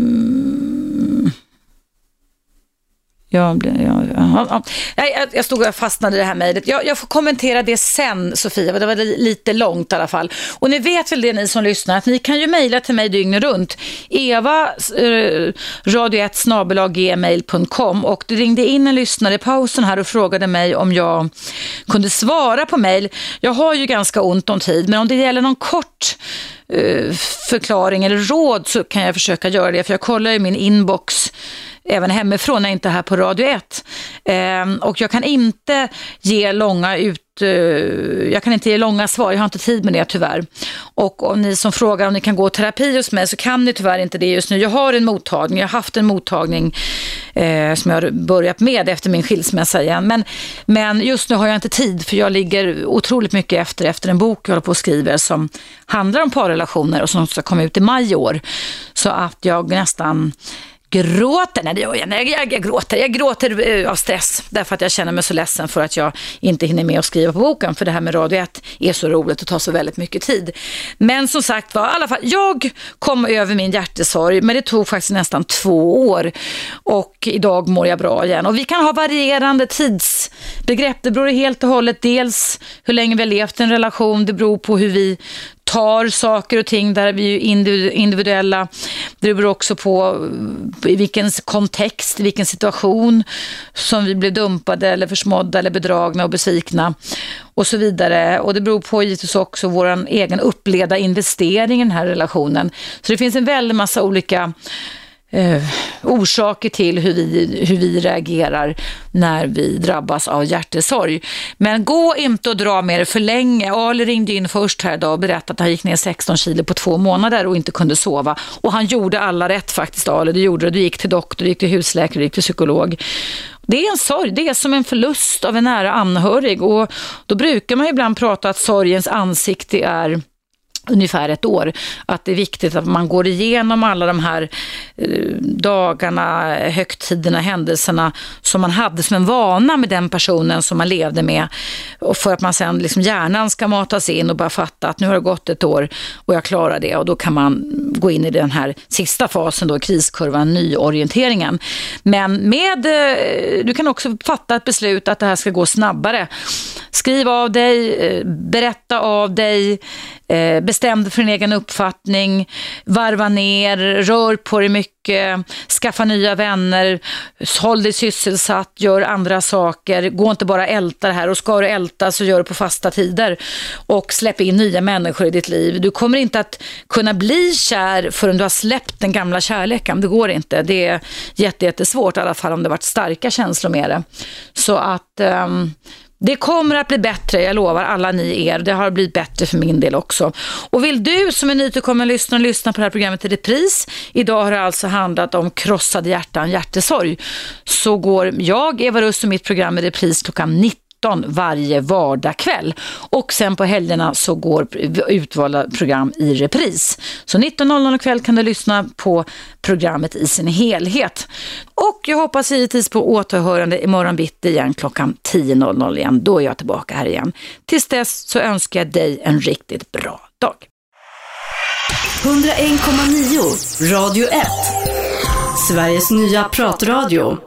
Jag, jag, jag, jag, jag stod och fastnade i det här mejlet. Jag, jag får kommentera det sen, Sofia. Det var lite långt i alla fall. Och ni vet väl det, ni som lyssnar, att ni kan ju mejla till mig dygnet runt. Eva eh, radio ett snabel-a gmail punkt com. Och det ringde in en lyssnare i pausen här och frågade mig om jag kunde svara på mejl. Jag har ju ganska ont om tid, men om det gäller någon kort eh, förklaring eller råd så kan jag försöka göra det. För jag kollar i min inbox även hemifrån när jag inte är här på Radio ett. Eh, och jag kan inte ge långa ut jag kan inte ge långa svar, jag har inte tid med det tyvärr. Och om ni som frågar om ni kan gå terapi hos mig så kan ni tyvärr inte det just nu. Jag har en mottagning, jag har haft en mottagning eh, som jag har börjat med efter min skilsmässa igen. Men, men just nu har jag inte tid för jag ligger otroligt mycket efter efter en bok jag håller på och skriver som handlar om parrelationer och som ska komma ut i maj i år. Så att jag nästan gråter, nej det gör jag, nej, jag, jag gråter, jag gråter uh, av stress därför att jag känner mig så ledsen för att jag inte hinner med att skriva på boken för det här med Radio ett är så roligt och tar så väldigt mycket tid. Men som sagt var, i alla fall, jag kom över min hjärtesorg men det tog faktiskt nästan två år och idag mår jag bra igen och vi kan ha varierande tidsbegrepp, det beror helt och hållet dels hur länge vi har levt i en relation, det beror på hur vi tar saker och ting där vi är individuella. Det beror också på i vilken kontext, i vilken situation som vi blir dumpade eller försmådda eller bedragna och besvikna och så vidare. Och det beror på givetvis också vår egen upplevda investering i den här relationen. Så det finns en väldigt massa olika Eh, orsaker till hur vi, hur vi reagerar när vi drabbas av hjärtesorg. Men gå inte och dra med det för länge. Ali ringde in först här idag och berättade att han gick ner sexton kilo på två månader och inte kunde sova. Och han gjorde alla rätt faktiskt, Ali. Du gjorde det. Du gick till doktor, du gick till husläkare, du gick till psykolog. Det är en sorg, det är som en förlust av en nära anhörig. Och då brukar man ibland prata att sorgens ansikte är ungefär ett år, att det är viktigt att man går igenom alla de här eh, dagarna, högtiderna, händelserna som man hade som en vana med den personen som man levde med och för att man sen liksom hjärnan ska matas in och bara fatta att nu har det gått ett år och jag klarar det och då kan man gå in i den här sista fasen då, kriskurvan, nyorienteringen. Men med, eh, du kan också fatta ett beslut att det här ska gå snabbare. Skriv av dig, eh, berätta av dig, eh, bestämd för en egen uppfattning, varva ner, rör på dig mycket, skaffa nya vänner, håll dig sysselsatt, gör andra saker, gå inte bara älta det här och ska du älta så gör det på fasta tider och släpp in nya människor i ditt liv. Du kommer inte att kunna bli kär förrän du har släppt den gamla kärleken, det går inte. Det är jätte, jättesvårt i alla fall om det varit starka känslor med det. Så att um, det kommer att bli bättre, jag lovar alla ni er. Det har blivit bättre för min del också. Och vill du som är nytillkommen lyssna och lyssna på det här programmet i repris. Idag har det alltså handlat om krossade hjärtan, hjärtesorg. Så går jag, Eva Russ, och mitt program i repris klockan nitton varje vardagkväll. Och sen på helgerna så går utvalda program i repris. Så nitton noll noll kväll kan du lyssna på programmet i sin helhet. Och jag hoppas givetvis på återhörande imorgon bitti igen klockan tio noll noll igen. Då är jag tillbaka här igen. Tills dess så önskar jag dig en riktigt bra dag. hundraen komma nio Radio ett. Sveriges nya pratradio.